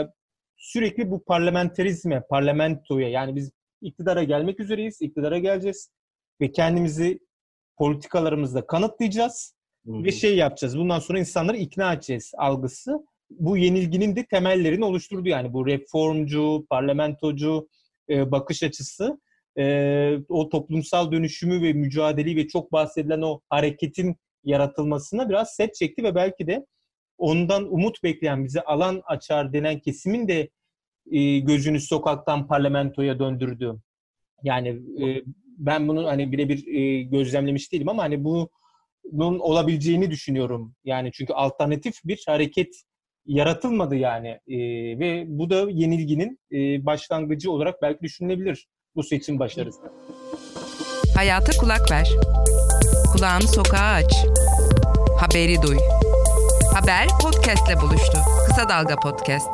sürekli bu parlamenterizme, parlamentoya, yani biz iktidara gelmek üzereyiz, iktidara geleceğiz ve kendimizi politikalarımızla kanıtlayacağız ve yapacağız. Bundan sonra insanları ikna edeceğiz algısı. Bu yenilginin de temellerini oluşturdu. Yani bu reformcu, parlamentocu bakış açısı o toplumsal dönüşümü ve mücadeleyi ve çok bahsedilen o hareketin yaratılmasına biraz set çekti ve belki de ondan umut bekleyen, bize alan açar denen kesimin de gözünü sokaktan parlamentoya döndürdü. Yani ben bunu hani birebir gözlemlemiş değilim ama hani bunun olabileceğini düşünüyorum. Yani çünkü alternatif bir hareket yaratılmadı yani. Ve bu da yenilginin başlangıcı olarak belki düşünülebilir bu seçim başarısı. Hayata kulak ver. Kulağını sokağa aç. Haberi duy. Haber podcast'le buluştu. Kısa Dalga Podcast.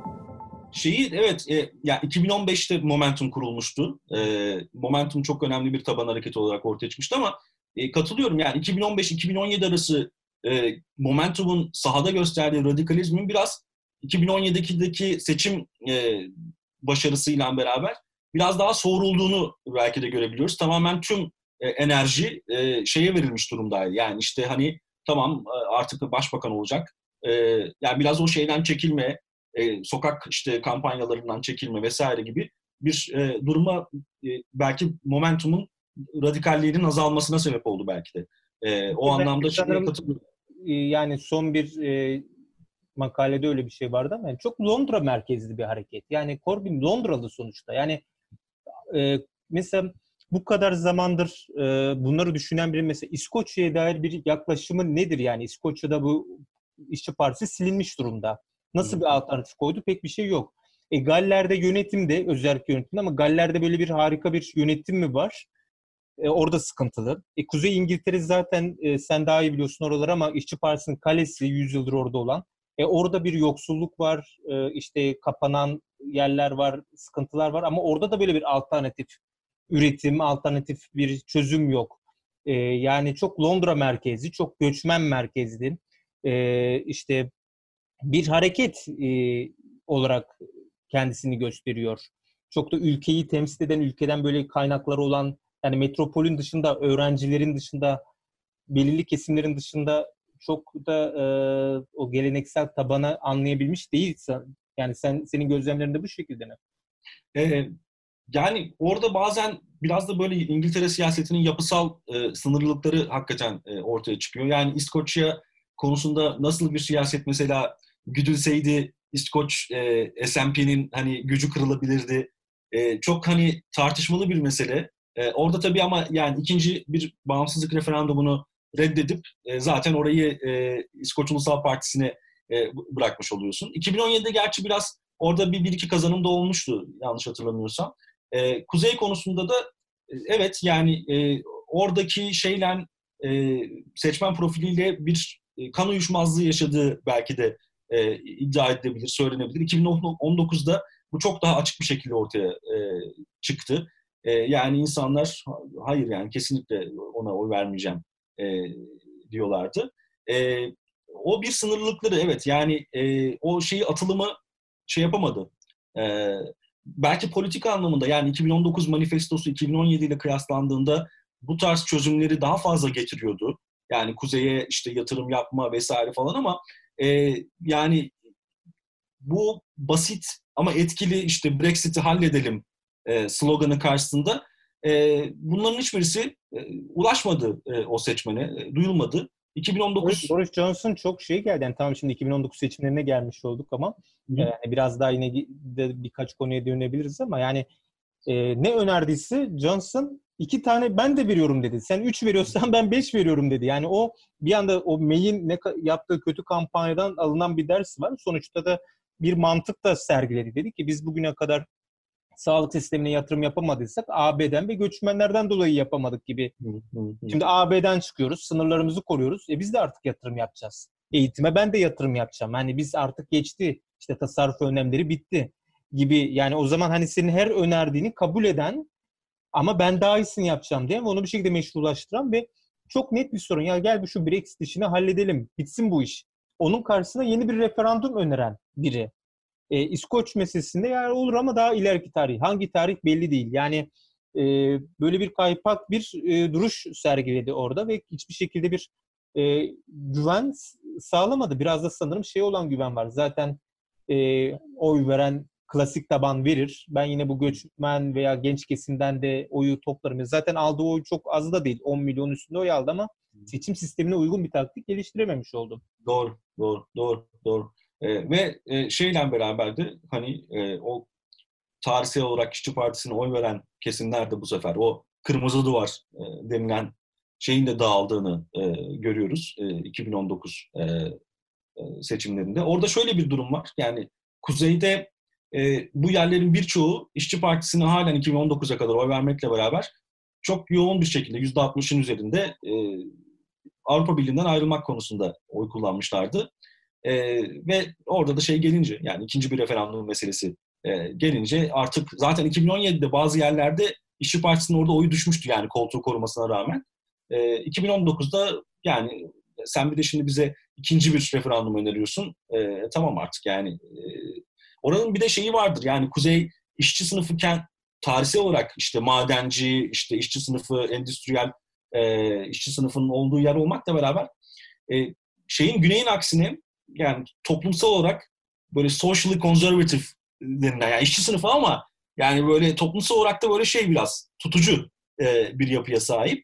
Yani 2015'te Momentum kurulmuştu. Momentum çok önemli bir taban hareketi olarak ortaya çıkmıştı ama katılıyorum. Yani 2015-2017 arası Momentum'un sahada gösterdiği radikalizmin biraz 2017'deki seçim başarısıyla beraber biraz daha soğurulduğunu belki de görebiliyoruz. Tamamen tüm enerji verilmiş durumdaydı. Yani işte hani tamam artık başbakan olacak. Yani biraz o şeyden çekilme, sokak kampanyalarından çekilme vesaire gibi bir duruma belki Momentum'un radikalliğinin azalmasına sebep oldu belki de. O anlamda katılıyorum. Yani son bir makalede öyle bir şey vardı ama yani çok Londra merkezli bir hareket. Yani Corbyn Londralı sonuçta. Yani mesela bu kadar zamandır bunları düşünen biri, mesela İskoçya'ya dair bir yaklaşımı nedir? Yani İskoçya'da bu İşçi Partisi silinmiş durumda. Nasıl bir alternatif koydu? Pek bir şey yok. Galler'de yönetimde, özerk yönetimde, ama Galler'de böyle bir harika bir yönetim mi var? Orada sıkıntılı. Kuzey İngiltere zaten sen daha iyi biliyorsun oraları ama İşçi Partisi'nin kalesi, 100 yıldır orada olan. Orada bir yoksulluk var, işte kapanan yerler var, sıkıntılar var ama orada da böyle bir alternatif üretim, alternatif bir çözüm yok. Yani çok Londra merkezli, çok göçmen merkezli, işte bir hareket olarak kendisini gösteriyor. Çok da ülkeyi temsil eden, ülkeden böyle kaynakları olan, yani metropolün dışında, öğrencilerin dışında, belirli kesimlerin dışında çok da o geleneksel tabanı anlayabilmiş değilse, yani senin gözlemlerinde bu şekilde mi? Yani orada bazen biraz da böyle İngiltere siyasetinin yapısal sınırlılıkları hakikaten ortaya çıkıyor. Yani İskoçya konusunda nasıl bir siyaset mesela güdülseydi İskoç SNP'nin hani gücü kırılabilirdi. Çok hani tartışmalı bir mesele. Orada tabii ama yani ikinci bir bağımsızlık referandumunu reddedip zaten orayı İskoç Ulusal Partisi'ne bırakmış oluyorsun. 2017'de gerçi biraz orada bir iki kazanım da olmuştu yanlış hatırlamıyorsam. Kuzey konusunda da evet yani oradaki şeyle seçmen profiliyle bir kan uyuşmazlığı yaşadığı belki de iddia edilebilir, söylenebilir. 2019'da bu çok daha açık bir şekilde ortaya çıktı. Yani insanlar hayır yani kesinlikle ona oy vermeyeceğim diyorlardı. O bir sınırlılıkları evet yani o atılımı yapamadı. Belki politik anlamında yani 2019 manifestosu 2017 ile kıyaslandığında bu tarz çözümleri daha fazla getiriyordu. Yani kuzeye işte yatırım yapma vesaire falan ama yani bu basit ama etkili işte Brexit'i halledelim sloganı karşısında bunların hiçbirisi ulaşmadı o seçmene, duyulmadı. 2019 Boris Johnson çok geldi. Yani tamam şimdi 2019 seçimlerine gelmiş olduk ama biraz daha yine de birkaç konuya dönebiliriz ama yani ne önerdiyse Johnson 2 tane ben de veriyorum dedi. Sen 3 veriyorsan ben 5 veriyorum dedi. Yani o bir anda o May'in yaptığı kötü kampanyadan alınan bir ders var. Sonuçta da bir mantık da sergiledi. Dedi ki biz bugüne kadar sağlık sistemine yatırım yapamadıysak AB'den ve göçmenlerden dolayı yapamadık gibi. Şimdi AB'den çıkıyoruz, sınırlarımızı koruyoruz. Biz de artık yatırım yapacağız. Eğitime ben de yatırım yapacağım. Yani biz artık geçti. İşte tasarruf önlemleri bitti gibi. Yani o zaman hani senin her önerdiğini kabul eden ama ben daha iyisini yapacağım diye onu bir şekilde meşrulaştıran ve çok net bir sorun. Ya gel şu Brexit işini halledelim. Bitsin bu iş. Onun karşısına yeni bir referandum öneren biri. İskoç meselesinde yani olur ama daha ileriki tarih. Hangi tarih belli değil. Yani böyle bir kaypak bir duruş sergiledi orada ve hiçbir şekilde bir güven sağlamadı. Biraz da sanırım olan güven var. Zaten oy veren klasik taban verir. Ben yine bu göçmen veya genç kesimden de oyu toplarım. Zaten aldığı oy çok az da değil. 10 milyon üstünde oy aldı ama seçim sistemine uygun bir taktik geliştirememiş oldu. Doğru. Ve şeyle beraber de hani o tarihsel olarak İşçi Partisi'ne oy veren kesimler de bu sefer o kırmızı duvar denilen şeyin de dağıldığını görüyoruz 2019 seçimlerinde. Orada şöyle bir durum var. Yani kuzeyde bu yerlerin birçoğu İşçi Partisi'ne halen 2019'a kadar oy vermekle beraber çok yoğun bir şekilde %60'ın üzerinde Avrupa Birliği'nden ayrılmak konusunda oy kullanmışlardı. Ve orada da gelince yani ikinci bir referandum meselesi gelince artık zaten 2017'de bazı yerlerde İşçi Partisi'nin orada oyu düşmüştü yani koltuğu korumasına rağmen. 2019'da yani sen bir de şimdi bize ikinci bir referandum öneriyorsun. Tamam artık yani. Oranın bir de vardır yani kuzey işçi sınıfıken tarihsel olarak işte madenci, işte işçi sınıfı, endüstriyel işçi sınıfının olduğu yer olmakla beraber güneyin aksine yani toplumsal olarak böyle socially conservative denilen yani işçi sınıfı ama yani böyle toplumsal olarak da böyle biraz tutucu bir yapıya sahip.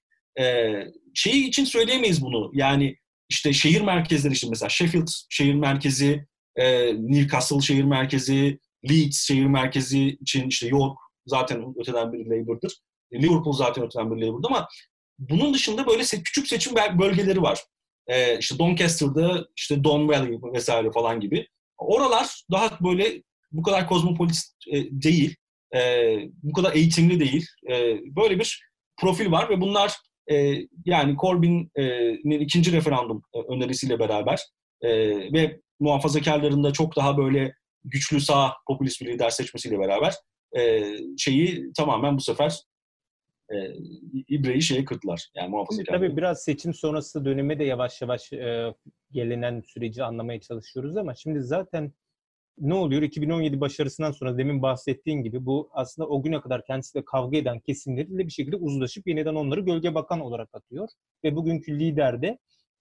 için söyleyemeyiz bunu. Yani işte şehir merkezleri işte mesela Sheffield şehir merkezi, Newcastle şehir merkezi, Leeds şehir merkezi için işte York zaten öteden bir Labour'dır. Liverpool zaten öteden bir Labour'dır ama bunun dışında böyle küçük seçim bölgeleri var. İşte Doncaster'da işte Don Valley vesaire falan gibi. Oralar daha böyle bu kadar kozmopolit değil, bu kadar eğitimli değil. Böyle bir profil var ve bunlar yani Corbyn'in ikinci referandum önerisiyle beraber Ve muhafazakarların da çok daha böyle güçlü sağ popülist bir lider seçmesiyle beraber şeyi tamamen bu sefer ibreyi şeye kırdılar. Yani muhafazakarları. Tabii biraz seçim sonrası döneme de yavaş yavaş gelinen süreci anlamaya çalışıyoruz ama şimdi zaten ne oluyor? 2017 başarısından sonra demin bahsettiğin gibi bu aslında o güne kadar kendisiyle kavga eden kesimleriyle bir şekilde uzlaşıp yeniden onları gölge bakan olarak atıyor. Ve bugünkü lider de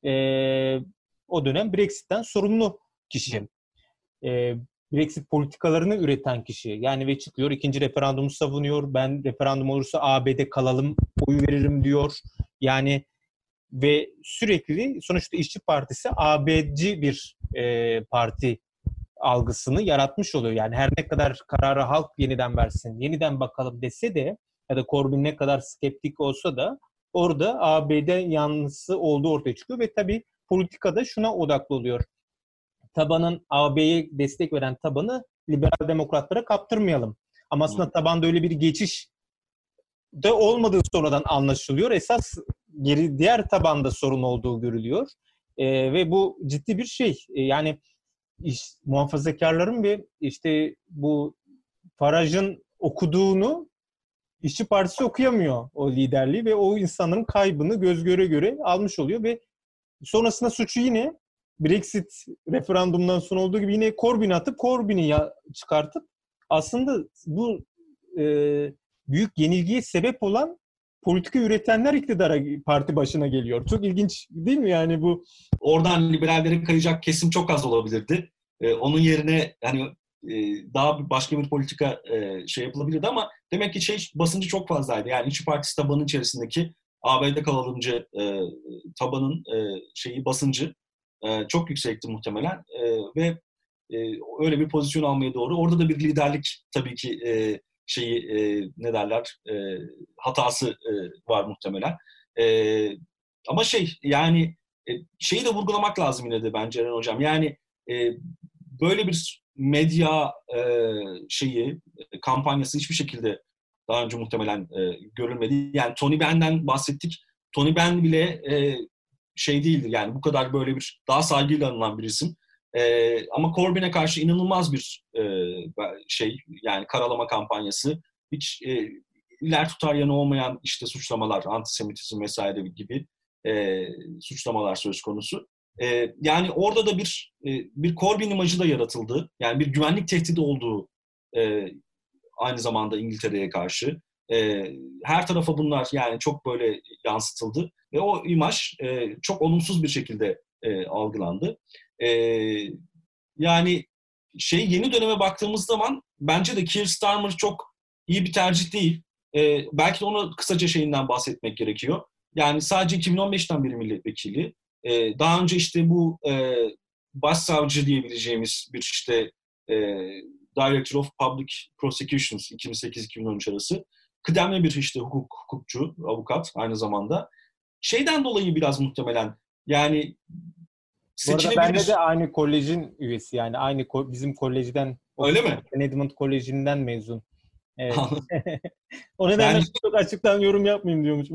o dönem Brexit'ten sorumlu kişi. Brexit politikalarını üreten kişi. Yani ve çıkıyor ikinci referandumu savunuyor. Ben referandum olursa AB'de kalalım, oyu veririm diyor. Yani ve sürekli sonuçta İşçi Partisi AB'ci bir parti algısını yaratmış oluyor. Yani her ne kadar kararı halk yeniden versin, yeniden bakalım dese de ya da Corbyn ne kadar skeptik olsa da orada AB'de yanlısı olduğu ortaya çıkıyor ve tabii politikada şuna odaklı oluyor. Tabanın AB'ye destek veren tabanı liberal demokratlara kaptırmayalım. Ama aslında tabanda öyle bir geçiş de olmadığı sonradan anlaşılıyor. Esas diğer tabanda sorun olduğu görülüyor. Ve bu ciddi bir şey. Yani muhafazakarların ve işte bu Farage'ın okuduğunu İşçi Partisi okuyamıyor o liderliği ve o insanların kaybını göz göre göre almış oluyor ve sonrasında suçu yine Brexit referandumundan sonra olduğu gibi yine Corbyn'e atıp Corbyn'i çıkartıp aslında bu büyük yenilgiye sebep olan politika üretenler iktidara parti başına geliyor. Çok ilginç değil mi yani bu? Oradan liberallerin kayacak kesim çok az olabilirdi. Onun yerine hani daha başka bir politika şey yapılabilirdi ama demek ki basıncı çok fazlaydı. Yani İşçi Partisi tabanının içerisindeki AB'de kalalımcı tabanın basıncı çok yüksekti muhtemelen ve öyle bir pozisyon almaya doğru. Orada da bir liderlik tabii ki hatası var muhtemelen. Ama yani şeyi de vurgulamak lazım yine de bence Eren Hocam. Yani böyle bir medya kampanyası hiçbir şekilde daha önce muhtemelen görülmedi. Yani Tony Benn'den bahsettik. Tony Benn bile değildir yani bu kadar böyle bir daha saygıyla anılan bir isim. Ama Corbyn'e karşı inanılmaz bir yani karalama kampanyası. Hiç iler tutar yanı olmayan işte suçlamalar, antisemitizm vesaire gibi suçlamalar söz konusu. Yani orada da bir Corbyn imajı da yaratıldı. Yani bir güvenlik tehdidi olduğu aynı zamanda İngiltere'ye karşı. Her tarafa bunlar yani çok böyle yansıtıldı ve o imaj çok olumsuz bir şekilde algılandı. Yani yeni döneme baktığımız zaman bence de Keir Starmer çok iyi bir tercih değil. Belki de onu kısaca bahsetmek gerekiyor. Yani sadece 2015'ten beri milletvekili. Daha önce işte bu başsavcı diyebileceğimiz bir Director of Public Prosecutions 2008-2013 arası. Kıdemli bir hukukçu, avukat aynı zamanda. Dolayı biraz muhtemelen yani bu arada bende de aynı kolejin üyesi yani aynı bizim kolejden. Öyle mi? Edmund Koleji'nden mezun. Evet. O nedenle çok açıktan yorum yapmayayım diyormuşum.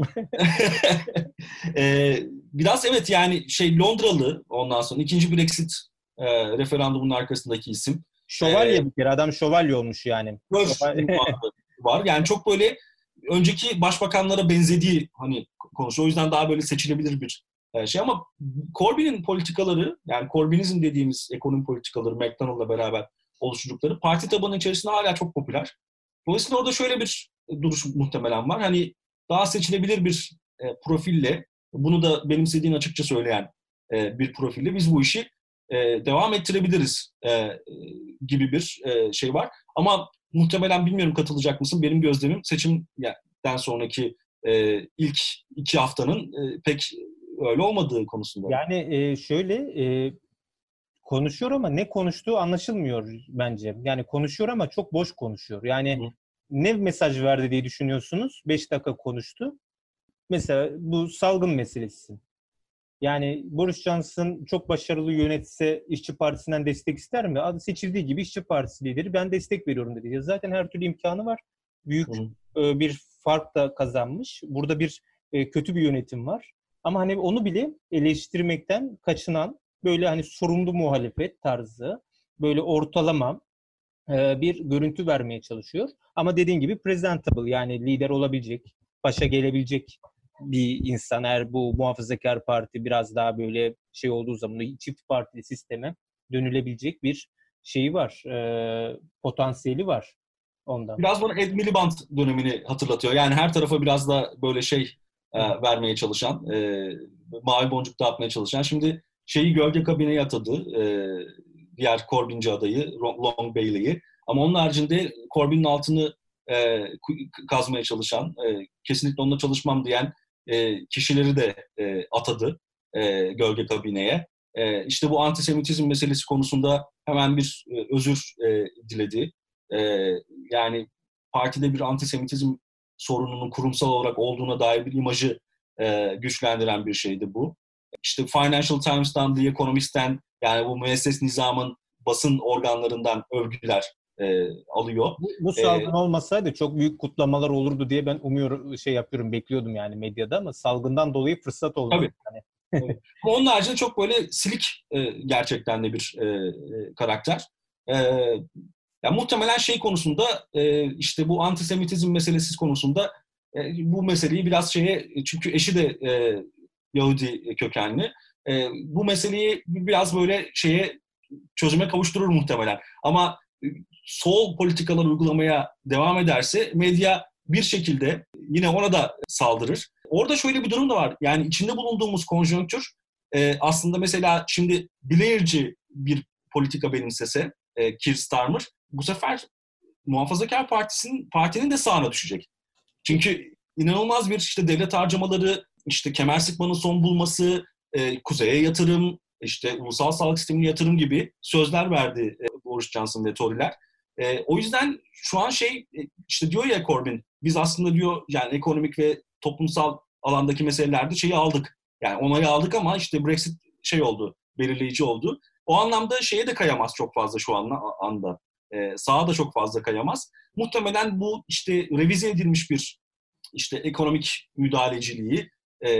Biraz evet yani Londralı ondan sonra ikinci Brexit referandumunun arkasındaki isim. Şövalye bir kere adam şövalye olmuş yani. Var. Yani çok böyle önceki başbakanlara benzediği konuşuyor. O yüzden daha böyle seçilebilir bir ama Corbyn'in politikaları yani Corbynizm dediğimiz ekonomi politikaları McDonnell'la beraber oluşturdukları parti tabanı içerisinde hala çok popüler. Dolayısıyla orada şöyle bir duruş muhtemelen var. Hani daha seçilebilir bir profille, bunu da benimsediğini açıkça söyleyen bir profille biz bu işi devam ettirebiliriz gibi bir var. Ama muhtemelen bilmiyorum katılacak mısın? Benim gözlemim seçimden sonraki ilk 2 haftanın pek öyle olmadığı konusunda. Yani konuşuyor ama ne konuştuğu anlaşılmıyor bence. Yani konuşuyor ama çok boş konuşuyor. Yani ne mesaj verdi diye düşünüyorsunuz? 5 dakika konuştu. Mesela bu salgın meselesi. Yani Boris Johnson çok başarılı yönetse İşçi Partisi'nden destek ister mi? Adı seçildiği gibi İşçi Partisi lideri ben destek veriyorum dedi. Zaten her türlü imkanı var. Büyük bir fark da kazanmış. Burada bir kötü bir yönetim var. Ama onu bile eleştirmekten kaçınan böyle hani sorumlu muhalefet tarzı, böyle ortalama bir görüntü vermeye çalışıyor. Ama dediğin gibi presentable, yani lider olabilecek, başa gelebilecek bir insan. Eğer bu muhafazakar parti biraz daha böyle şey olduğu zaman çift partili sisteme dönülebilecek bir şeyi var, potansiyeli var ondan. Biraz bana Ed Miliband dönemini hatırlatıyor. Yani her tarafa biraz da böyle vermeye çalışan, mavi boncuk dağıtmaya çalışan. Şimdi gölge kabineye atadı, diğer Corbyn'ci adayı Long Bailey'i. Ama onun haricinde Corbyn'in altını kazmaya çalışan, kesinlikle onunla çalışmam diyen kişileri de atadı gölge kabineye. İşte bu antisemitizm meselesi konusunda hemen bir özür diledi. Yani partide bir antisemitizm sorununun kurumsal olarak olduğuna dair bir imajı güçlendiren bir şeydi bu. İşte Financial Times'tan, The Economist'ten, yani bu müesses nizamın basın organlarından övgüler alıyor. Bu salgın olmasaydı çok büyük kutlamalar olurdu diye ben bekliyordum yani medyada, ama salgından dolayı fırsat oldu. Tabii. Yani. Evet. Ama onun haricinde çok böyle silik gerçekten de bir karakter. Yani muhtemelen konusunda işte bu antisemitizm meselesi konusunda bu meseleyi biraz çünkü eşi de Yahudi kökenli. Bu meseleyi biraz böyle çözüme kavuşturur muhtemelen. Ama sol politikalar uygulamaya devam ederse medya bir şekilde yine ona da saldırır. Orada şöyle bir durum da var. Yani içinde bulunduğumuz konjonktür aslında mesela şimdi Blair'ci bir politika benimsese Keir Starmer, bu sefer Muhafazakar partinin de sağına düşecek. Çünkü inanılmaz bir devlet harcamaları, kemer sıkmanın son bulması, kuzeye yatırım, ulusal sağlık sistemine yatırım gibi sözler verdi Boris Johnson ve Tory'ler. O yüzden şu an diyor ya Corbyn, biz aslında diyor yani ekonomik ve toplumsal alandaki meselelerde aldık. Yani onayı aldık ama Brexit oldu, belirleyici oldu. O anlamda de kayamaz çok fazla şu anda. Sağa da çok fazla kayamaz. Muhtemelen bu revize edilmiş bir ekonomik müdahaleciliği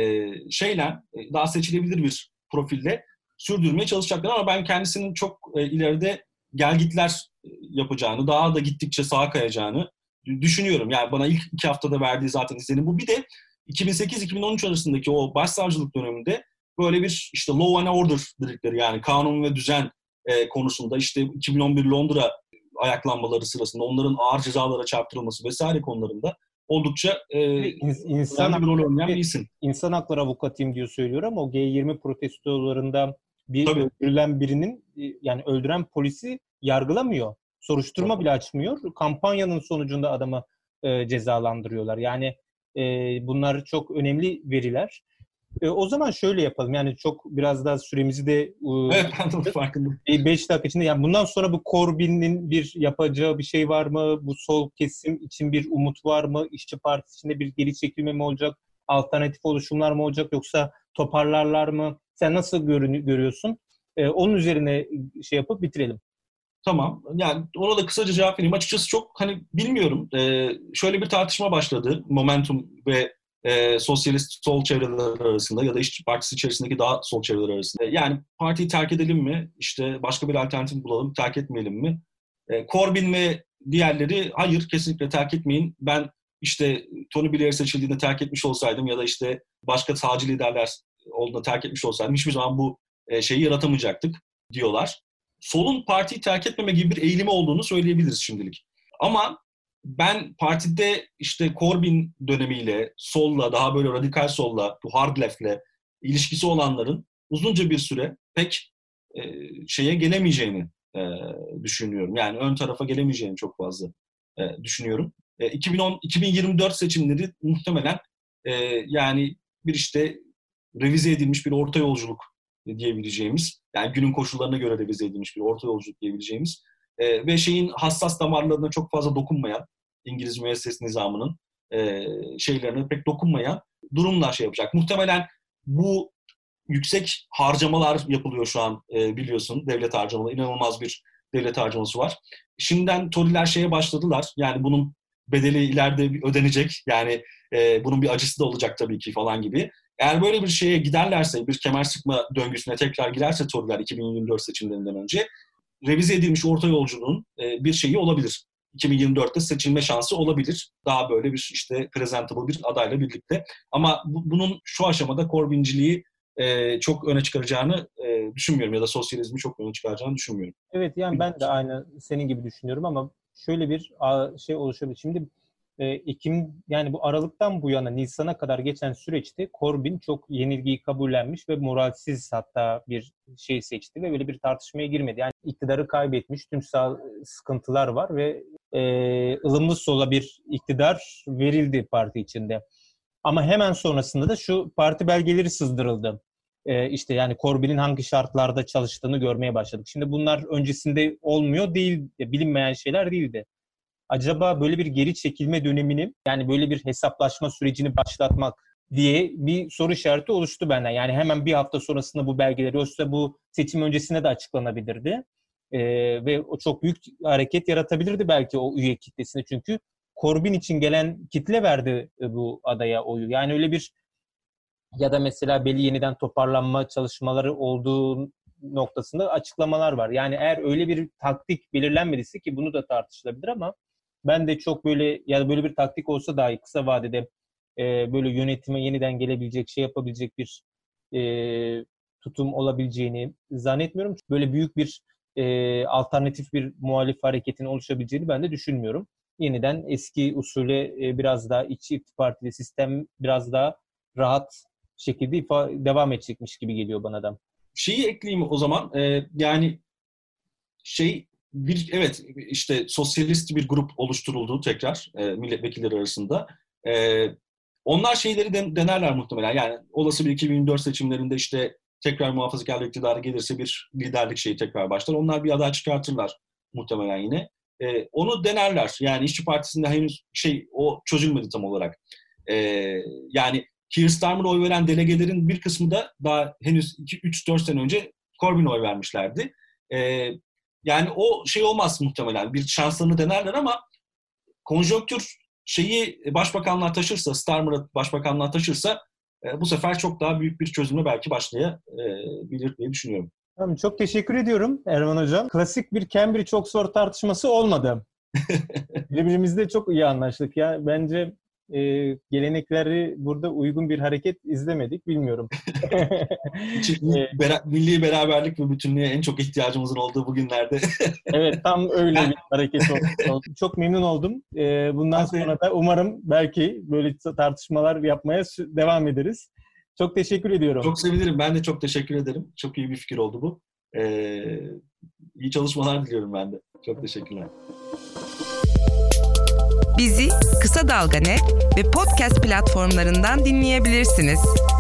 daha seçilebilir bir profille sürdürmeye çalışacaklar, ama ben kendisinin çok ileride gelgitler yapacağını, daha da gittikçe sağa kayacağını düşünüyorum. Yani bana ilk 2 haftada verdiği zaten izlenim bu. Bir de 2008-2013 arasındaki o başsavcılık döneminde böyle bir law and order dedikleri, yani kanun ve düzen konusunda 2011 Londra ayaklanmaları sırasında onların ağır cezalara çarptırılması vesaire konularında oldukça önemli bir rol oynayan bir isim. İnsan hakları avukatıyım diyor söylüyor, ama o G20 protestolarında öldürülen birinin, yani öldüren polisi yargılamıyor. Soruşturma bile açmıyor. Kampanyanın sonucunda adamı cezalandırıyorlar. Yani bunlar çok önemli veriler. O zaman şöyle yapalım. Yani çok biraz daha süremizi de evet, ben de farkındayım. 5 dakika içinde. Yani bundan sonra bu Corbyn'in bir yapacağı bir şey var mı? Bu sol kesim için bir umut var mı? İşçi Partisi içinde bir geri çekilme mi olacak? Alternatif oluşumlar mı olacak? Yoksa toparlarlar mı? Sen nasıl görüyorsun? Onun üzerine yapıp bitirelim. Tamam. Yani ona da kısaca cevap vereyim. Açıkçası çok bilmiyorum. Şöyle bir tartışma başladı. Momentum ve sosyalist sol çevreler arasında ya da İşçi Partisi içerisindeki daha sol çevreler arasında. Yani partiyi terk edelim mi? Başka bir alternatif bulalım, terk etmeyelim mi? Corbyn ve diğerleri hayır, kesinlikle terk etmeyin. Ben Tony Blair seçildiğinde terk etmiş olsaydım ya da başka sağcı liderler olduğunda terk etmiş olsaydım hiçbir zaman bu yaratamayacaktık diyorlar. Solun partiyi terk etmeme gibi bir eğilimi olduğunu söyleyebiliriz şimdilik. Ama ben partide Corbyn dönemiyle, solla, daha böyle radikal solla, bu hard left'le ilişkisi olanların uzunca bir süre pek gelemeyeceğini düşünüyorum. Yani ön tarafa gelemeyeceğini çok fazla düşünüyorum. 2024 seçimleri muhtemelen yani bir revize edilmiş bir orta yolculuk diyebileceğimiz, yani günün koşullarına göre revize edilmiş bir orta yolculuk diyebileceğimiz ve hassas damarlarına çok fazla dokunmayan, İngiliz müesses nizamının şeylerine pek dokunmayan durumlar yapacak. Muhtemelen bu yüksek harcamalar yapılıyor şu an, biliyorsun, devlet harcamaları, inanılmaz bir devlet harcaması var. Şimdiden Tory'ler başladılar, yani bunun bedeli ileride ödenecek, yani bunun bir acısı da olacak tabii ki falan gibi. Eğer böyle bir şeye giderlerse, bir kemer sıkma döngüsüne tekrar girerse Tory'ler 2024 seçimlerinden önce revize edilmiş orta yolculuğun bir şeyi olabilir. 2024'te seçilme şansı olabilir. Daha böyle bir işte presentable bir adayla birlikte. Ama bunun şu aşamada Corbynciliği çok öne çıkaracağını düşünmüyorum ya da sosyalizmi çok öne çıkaracağını düşünmüyorum. Evet, yani ben de aynı senin gibi düşünüyorum ama şöyle bir şey oluşabilir. Şimdi yani bu Aralık'tan bu yana Nisan'a kadar geçen süreçte Corbyn çok yenilgiyi kabullenmiş ve moralsiz hatta bir şey seçti ve böyle bir tartışmaya girmedi. Yani iktidarı kaybetmiş, tüm sıkıntılar var ve ılımlı sola bir iktidar verildi parti içinde. Ama hemen sonrasında da şu parti belgeleri sızdırıldı. İşte yani Corbyn'in hangi şartlarda çalıştığını görmeye başladık. Şimdi bunlar öncesinde olmuyor değil, bilinmeyen şeyler değildi. Acaba böyle bir geri çekilme dönemini, yani böyle bir hesaplaşma sürecini başlatmak diye bir soru işareti oluştu benden. Yani hemen bir hafta sonrasında bu belgeler, yoksa bu seçim öncesinde de açıklanabilirdi. Ve o çok büyük hareket yaratabilirdi belki o üye kitlesine. Çünkü Corbyn için gelen kitle verdi bu adaya oyu. Yani öyle bir, ya da mesela belli yeniden toparlanma çalışmaları olduğu noktasında açıklamalar var. Yani eğer öyle bir taktik belirlenmediyse, ki bunu da tartışılabilir, ama ben de çok böyle, ya da böyle bir taktik olsa dahi kısa vadede böyle yönetime yeniden gelebilecek, şey yapabilecek bir tutum olabileceğini zannetmiyorum. Böyle büyük bir alternatif bir muhalif hareketin oluşabileceğini ben de düşünmüyorum. Yeniden eski usule biraz daha içi partili sistem biraz daha rahat şekilde devam edecekmiş gibi geliyor bana da. Şeyi ekleyeyim o zaman. Yani evet işte sosyalist bir grup oluşturuldu tekrar milletvekilleri arasında. Onlar şeyleri denerler muhtemelen. Yani olası bir 2024 seçimlerinde işte tekrar muhafazakar iktidara gelirse bir liderlik şeyi tekrar başlar. Onlar bir aday çıkartırlar muhtemelen yine. Onu denerler. Yani İşçi Partisi'nde henüz o çözülmedi tam olarak. Yani Keir Starmer'a oy veren delegelerin bir kısmı da daha henüz 3-4 sene önce Corbyn'e oy vermişlerdi. Yani o olmaz muhtemelen. Bir şanslarını denerler ama konjonktür başbakanlığa taşırsa, Starmer'a başbakanlığa taşırsa bu sefer çok daha büyük bir çözüme belki başlayabilir diye düşünüyorum. Tamam, çok teşekkür ediyorum Erman Hocam. Klasik bir Cambridge-Oxford tartışması olmadı. Birbirimizle çok iyi anlaştık ya. Bence gelenekleri burada uygun bir hareket izlemedik. Bilmiyorum. Milli beraberlik ve bütünlüğe en çok ihtiyacımızın olduğu bugünlerde. Evet, tam öyle bir hareket oldu. Çok memnun oldum. Bundan sonra da umarım belki böyle tartışmalar yapmaya devam ederiz. Çok teşekkür ediyorum. Çok sevinirim. Ben de çok teşekkür ederim. Çok iyi bir fikir oldu bu. İyi çalışmalar diliyorum ben de. Çok teşekkürler. Bizi Kısa Dalga Net ve podcast platformlarından dinleyebilirsiniz.